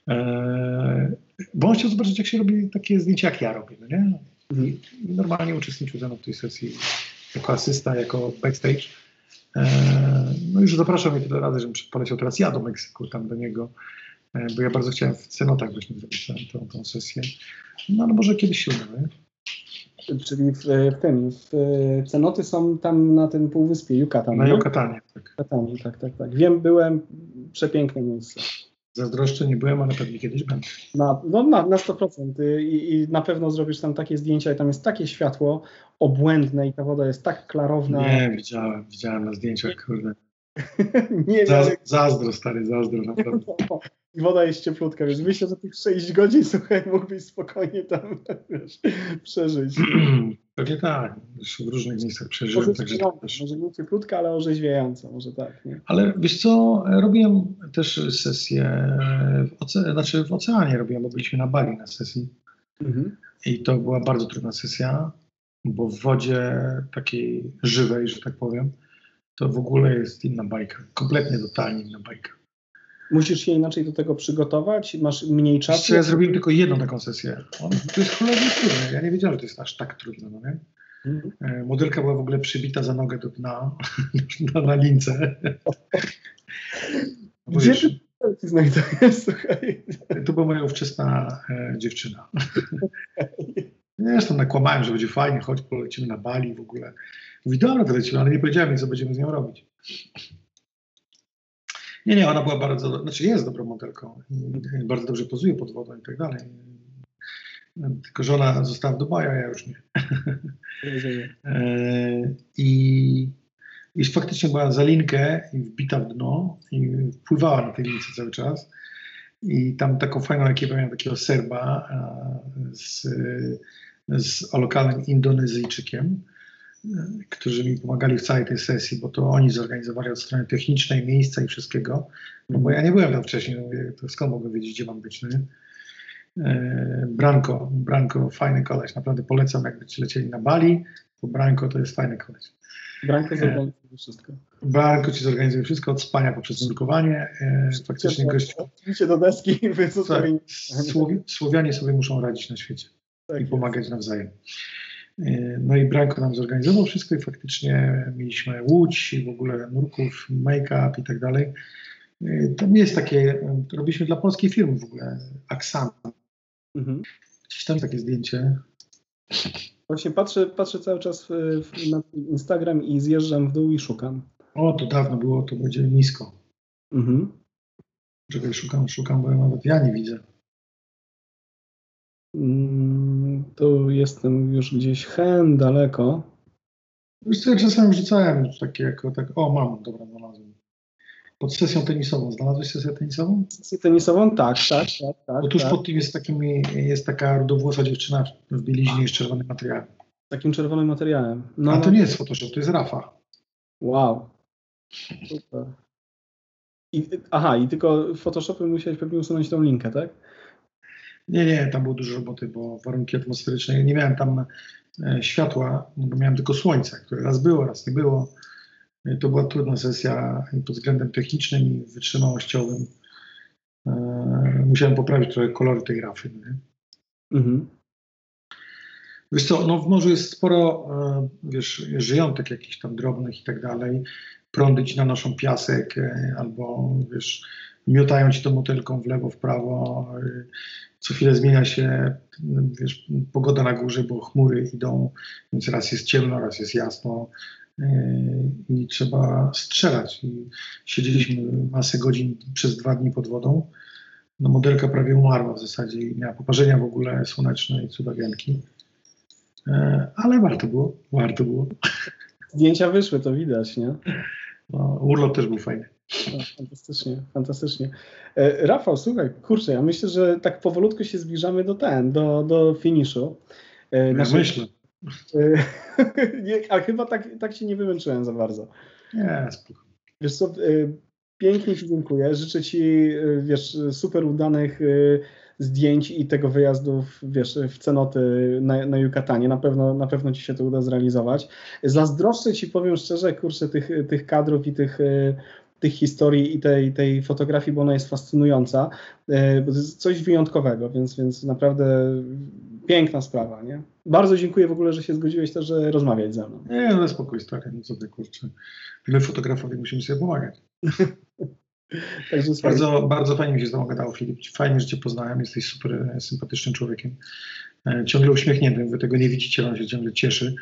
e, bo on chciał zobaczyć, jak się robi takie zdjęcia, jak ja robię, no nie? I, i normalnie uczestniczył ze mną w tej sesji jako asysta, jako backstage. E, no już zapraszał mnie tyle razy, żebym poleciał teraz ja do Meksyku, tam do niego, e, bo ja bardzo chciałem w cenotach właśnie zrobić tą, tą, tą sesję. No ale może kiedyś się uda, nie? Czyli w, w tym, w, cenoty są tam na tym półwyspie Yucatan. Na Yucatanie, tak. Yucatanie, tak, tak, tak. Wiem, byłem, przepiękne miejsce. Zazdroszczę, nie byłem, ale pewnie kiedyś będę. Na, no na, na sto procent I, i na pewno zrobisz tam takie zdjęcia i tam jest takie światło obłędne i ta woda jest tak klarowna. Nie, widziałem, widziałem na zdjęciach, kurde. Nie, Zaz, ale... Zazdro, stary, zazdro, naprawdę. I woda jest cieplutka, więc myślę, że tych sześć godzin, słuchaj, mógłbyś spokojnie tam, wiesz, przeżyć. Pewnie tak, już w różnych miejscach przeżyłem. Także Orzeźwiająco, też... może nie cieplutka, ale orzeźwiająco, może tak, nie? Ale wiesz co, robiłem też sesję, w oce... znaczy w oceanie robiłem, bo byliśmy na Bali na sesji. Mhm. I to była bardzo trudna sesja, bo w wodzie takiej żywej, że tak powiem, to w ogóle jest inna bajka. Kompletnie, totalnie inna bajka. Musisz się inaczej do tego przygotować? Masz mniej czasu? Wiesz co, ja zrobiłem tylko jedną taką sesję. On, to jest cholernie trudne. Ja nie wiedziałem, że to jest aż tak trudne. No nie? Mhm. Modelka była w ogóle przybita za nogę do dna na, na lince. Gdzie wiesz, ty znajdujesz, słuchaj? To była moja ówczesna e, dziewczyna. Zresztą nakłamałem, że będzie fajnie, chodź, polecimy na Bali w ogóle. Mówi, dobra, polecimy, ale nie powiedziałem jej, co będziemy z nią robić. Nie, nie, ona była bardzo, znaczy jest dobrą modelką i bardzo dobrze pozuje pod wodą i tak dalej. Tylko, że ona została w Dubaju, a ja już nie. I, I faktycznie była za linkę i wbita w dno i pływała na tej lince cały czas. I tam taką fajną ekipę miałem takiego Serba z, z lokalnym Indonezyjczykiem, którzy mi pomagali w całej tej sesji, bo to oni zorganizowali od strony technicznej, miejsca i wszystkiego. No bo ja nie byłem tam wcześniej, no mówię, to skąd mogę wiedzieć, gdzie mam być, no nie? Branko, Branko, fajny koleś, naprawdę polecam, jakbyście lecieli na Bali, bo Branko to jest fajny koleś. Branko zorganizuje wszystko. Branko ci zorganizuje wszystko, od spania poprzez nurkowanie. Faktycznie gość... Idźcie do deski, wy co tak, Słowi, Słowianie sobie muszą radzić na świecie tak i jest. Pomagać nawzajem. No i Branko nam zorganizował wszystko i faktycznie mieliśmy łódź i w ogóle nurków, make-up i tak dalej. Tam jest takie, to robiliśmy dla polskiej firmy w ogóle, Aksana. Mhm. Gdzieś tam takie zdjęcie. Właśnie patrzę, patrzę cały czas w, w, na Instagram i zjeżdżam w dół i szukam. O, to dawno było, to będzie nisko. Mhm. Czekaj, szukam, szukam, bo ja nawet ja nie widzę. Mm, tu jestem już gdzieś hen daleko. Już co, ja czasem wrzucałem takie jako tak, o mam, dobra, znalazłem. Pod sesją tenisową. Znalazłeś sesję tenisową? Sesję tenisową? Tak, tak, tak. tak Bo tuż tak. pod tym jest, takimi, jest taka rudowłosa dziewczyna w bieliźnie z czerwonym materiałem. Takim czerwonym materiałem. No, A to nie jest Photoshop, to jest Rafa. Wow. Super. I, aha, i tylko Photoshopem musiałeś pewnie usunąć tą linkę, tak? Nie, nie, tam było dużo roboty, bo warunki atmosferyczne, nie miałem tam e, światła, bo miałem tylko słońce, które raz było, raz nie było. To była trudna sesja pod względem technicznym i wytrzymałościowym. E, musiałem poprawić trochę kolory tej rafy. Nie? Mhm. Wiesz co, no w morzu jest sporo e, wiesz, żyjątek jakichś tam drobnych i tak dalej. Prądy ci nanoszą piasek e, albo wiesz, miotają ci tą motylką w lewo, w prawo. E, co chwilę zmienia się wiesz, pogoda na górze, bo chmury idą, więc raz jest ciemno, raz jest jasno. I trzeba strzelać. I siedzieliśmy masę godzin przez dwa dni pod wodą. No modelka prawie umarła w zasadzie i miała poparzenia w ogóle słoneczne i cudawianki. Ale warto było, warto było. Zdjęcia wyszły, to widać, nie? No, urlop też był fajny. No, fantastycznie, fantastycznie. E, Rafał, słuchaj, kurczę, ja myślę, że tak powolutku się zbliżamy do ten, do, do finiszu. E, naszej... Myślę. Nie, ale chyba tak, tak się nie wymęczyłem za bardzo. Nie, spoko. Wiesz co, pięknie ci dziękuję. Życzę ci, wiesz, super udanych zdjęć i tego wyjazdu w, wiesz, w cenoty na, na Yucatanie. Na pewno, na pewno ci się to uda zrealizować. Zazdroszczę ci, powiem szczerze, kurczę, tych, tych kadrów i tych, tych historii i tej, tej fotografii, bo ona jest fascynująca. Bo to jest coś wyjątkowego, więc, więc naprawdę piękna sprawa, nie? Bardzo dziękuję w ogóle, że się zgodziłeś też, że rozmawiać ze mną. Nie, no spokój, stary, no co ty, kurczę. My fotografowie musimy sobie pomagać. Także bardzo, bardzo fajnie mi się z tobą gadało, Filip. Fajnie, że cię poznałem, jesteś super sympatycznym człowiekiem. Ciągle uśmiechniętym, wy tego nie widzicie, on się ciągle cieszy.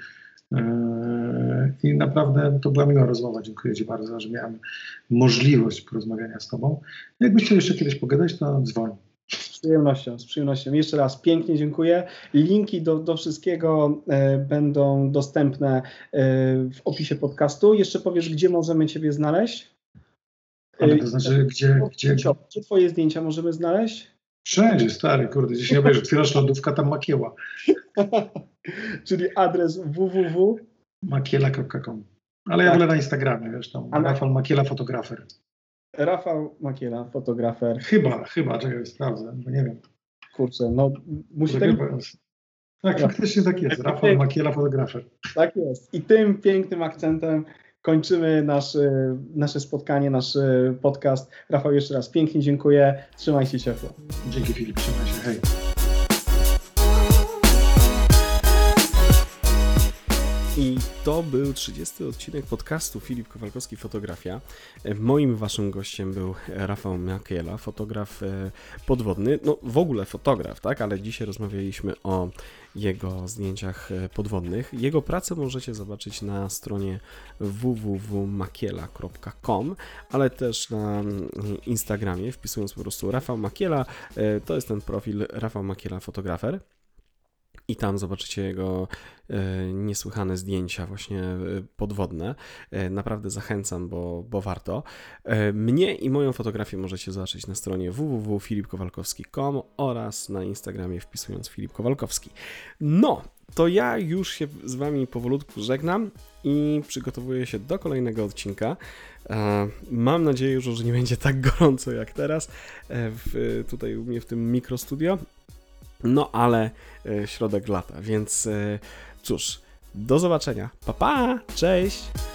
I naprawdę to była miła rozmowa. Dziękuję ci bardzo, że miałem możliwość porozmawiania z tobą. Jakbyś chciał jeszcze kiedyś pogadać, to dzwoń. Z przyjemnością, z przyjemnością. Jeszcze raz pięknie dziękuję. Linki do, do wszystkiego e, będą dostępne e, w opisie podcastu. Jeszcze powiesz, gdzie możemy ciebie znaleźć? Ale to znaczy, gdzie, gdzie... Gdzie twoje zdjęcia możemy znaleźć? Wszędzie, stary, kurde, gdzieś nie obejrzysz, otwierasz lodówka, tam makieła. Czyli adres www. makiela kropka com. Ale ja Tak. wolę na Instagramie, wiesz, tam A na- Rafał Makiela, fotografer. Rafał Makiela, fotografer. Chyba, chyba, czekaj, sprawdzę, bo nie wiem. Kurczę, no musi tak, Chyba jest. Tak, faktycznie tak jest. Rafał Makiela, fotografer. tak jest. I tym pięknym akcentem kończymy nasze, nasze spotkanie, nasz podcast. Rafał, jeszcze raz pięknie dziękuję. Trzymaj się ciepło. Dzięki, Filip, trzymaj się, hej. I to był trzydziesty odcinek podcastu Filip Kowalkowski Fotografia. Moim waszym gościem był Rafał Makiela, fotograf podwodny, no w ogóle fotograf, tak, ale dzisiaj rozmawialiśmy o jego zdjęciach podwodnych. Jego pracę możecie zobaczyć na stronie w w w kropka makiela kropka com, ale też na Instagramie, wpisując po prostu Rafał Makiela, to jest ten profil Rafał Makiela Fotografer. I tam zobaczycie jego e, niesłychane zdjęcia właśnie e, podwodne. E, naprawdę zachęcam, bo, bo warto. E, mnie i moją fotografię możecie zobaczyć na stronie w w w kropka filip kowalkowski kropka com oraz na Instagramie wpisując Filip Kowalkowski. No, to ja już się z wami powolutku żegnam i przygotowuję się do kolejnego odcinka. E, mam nadzieję, że już nie będzie tak gorąco jak teraz e, w, tutaj u mnie w tym mikrostudio. No ale e, środek lata, więc e, cóż, do zobaczenia. Pa, pa, cześć!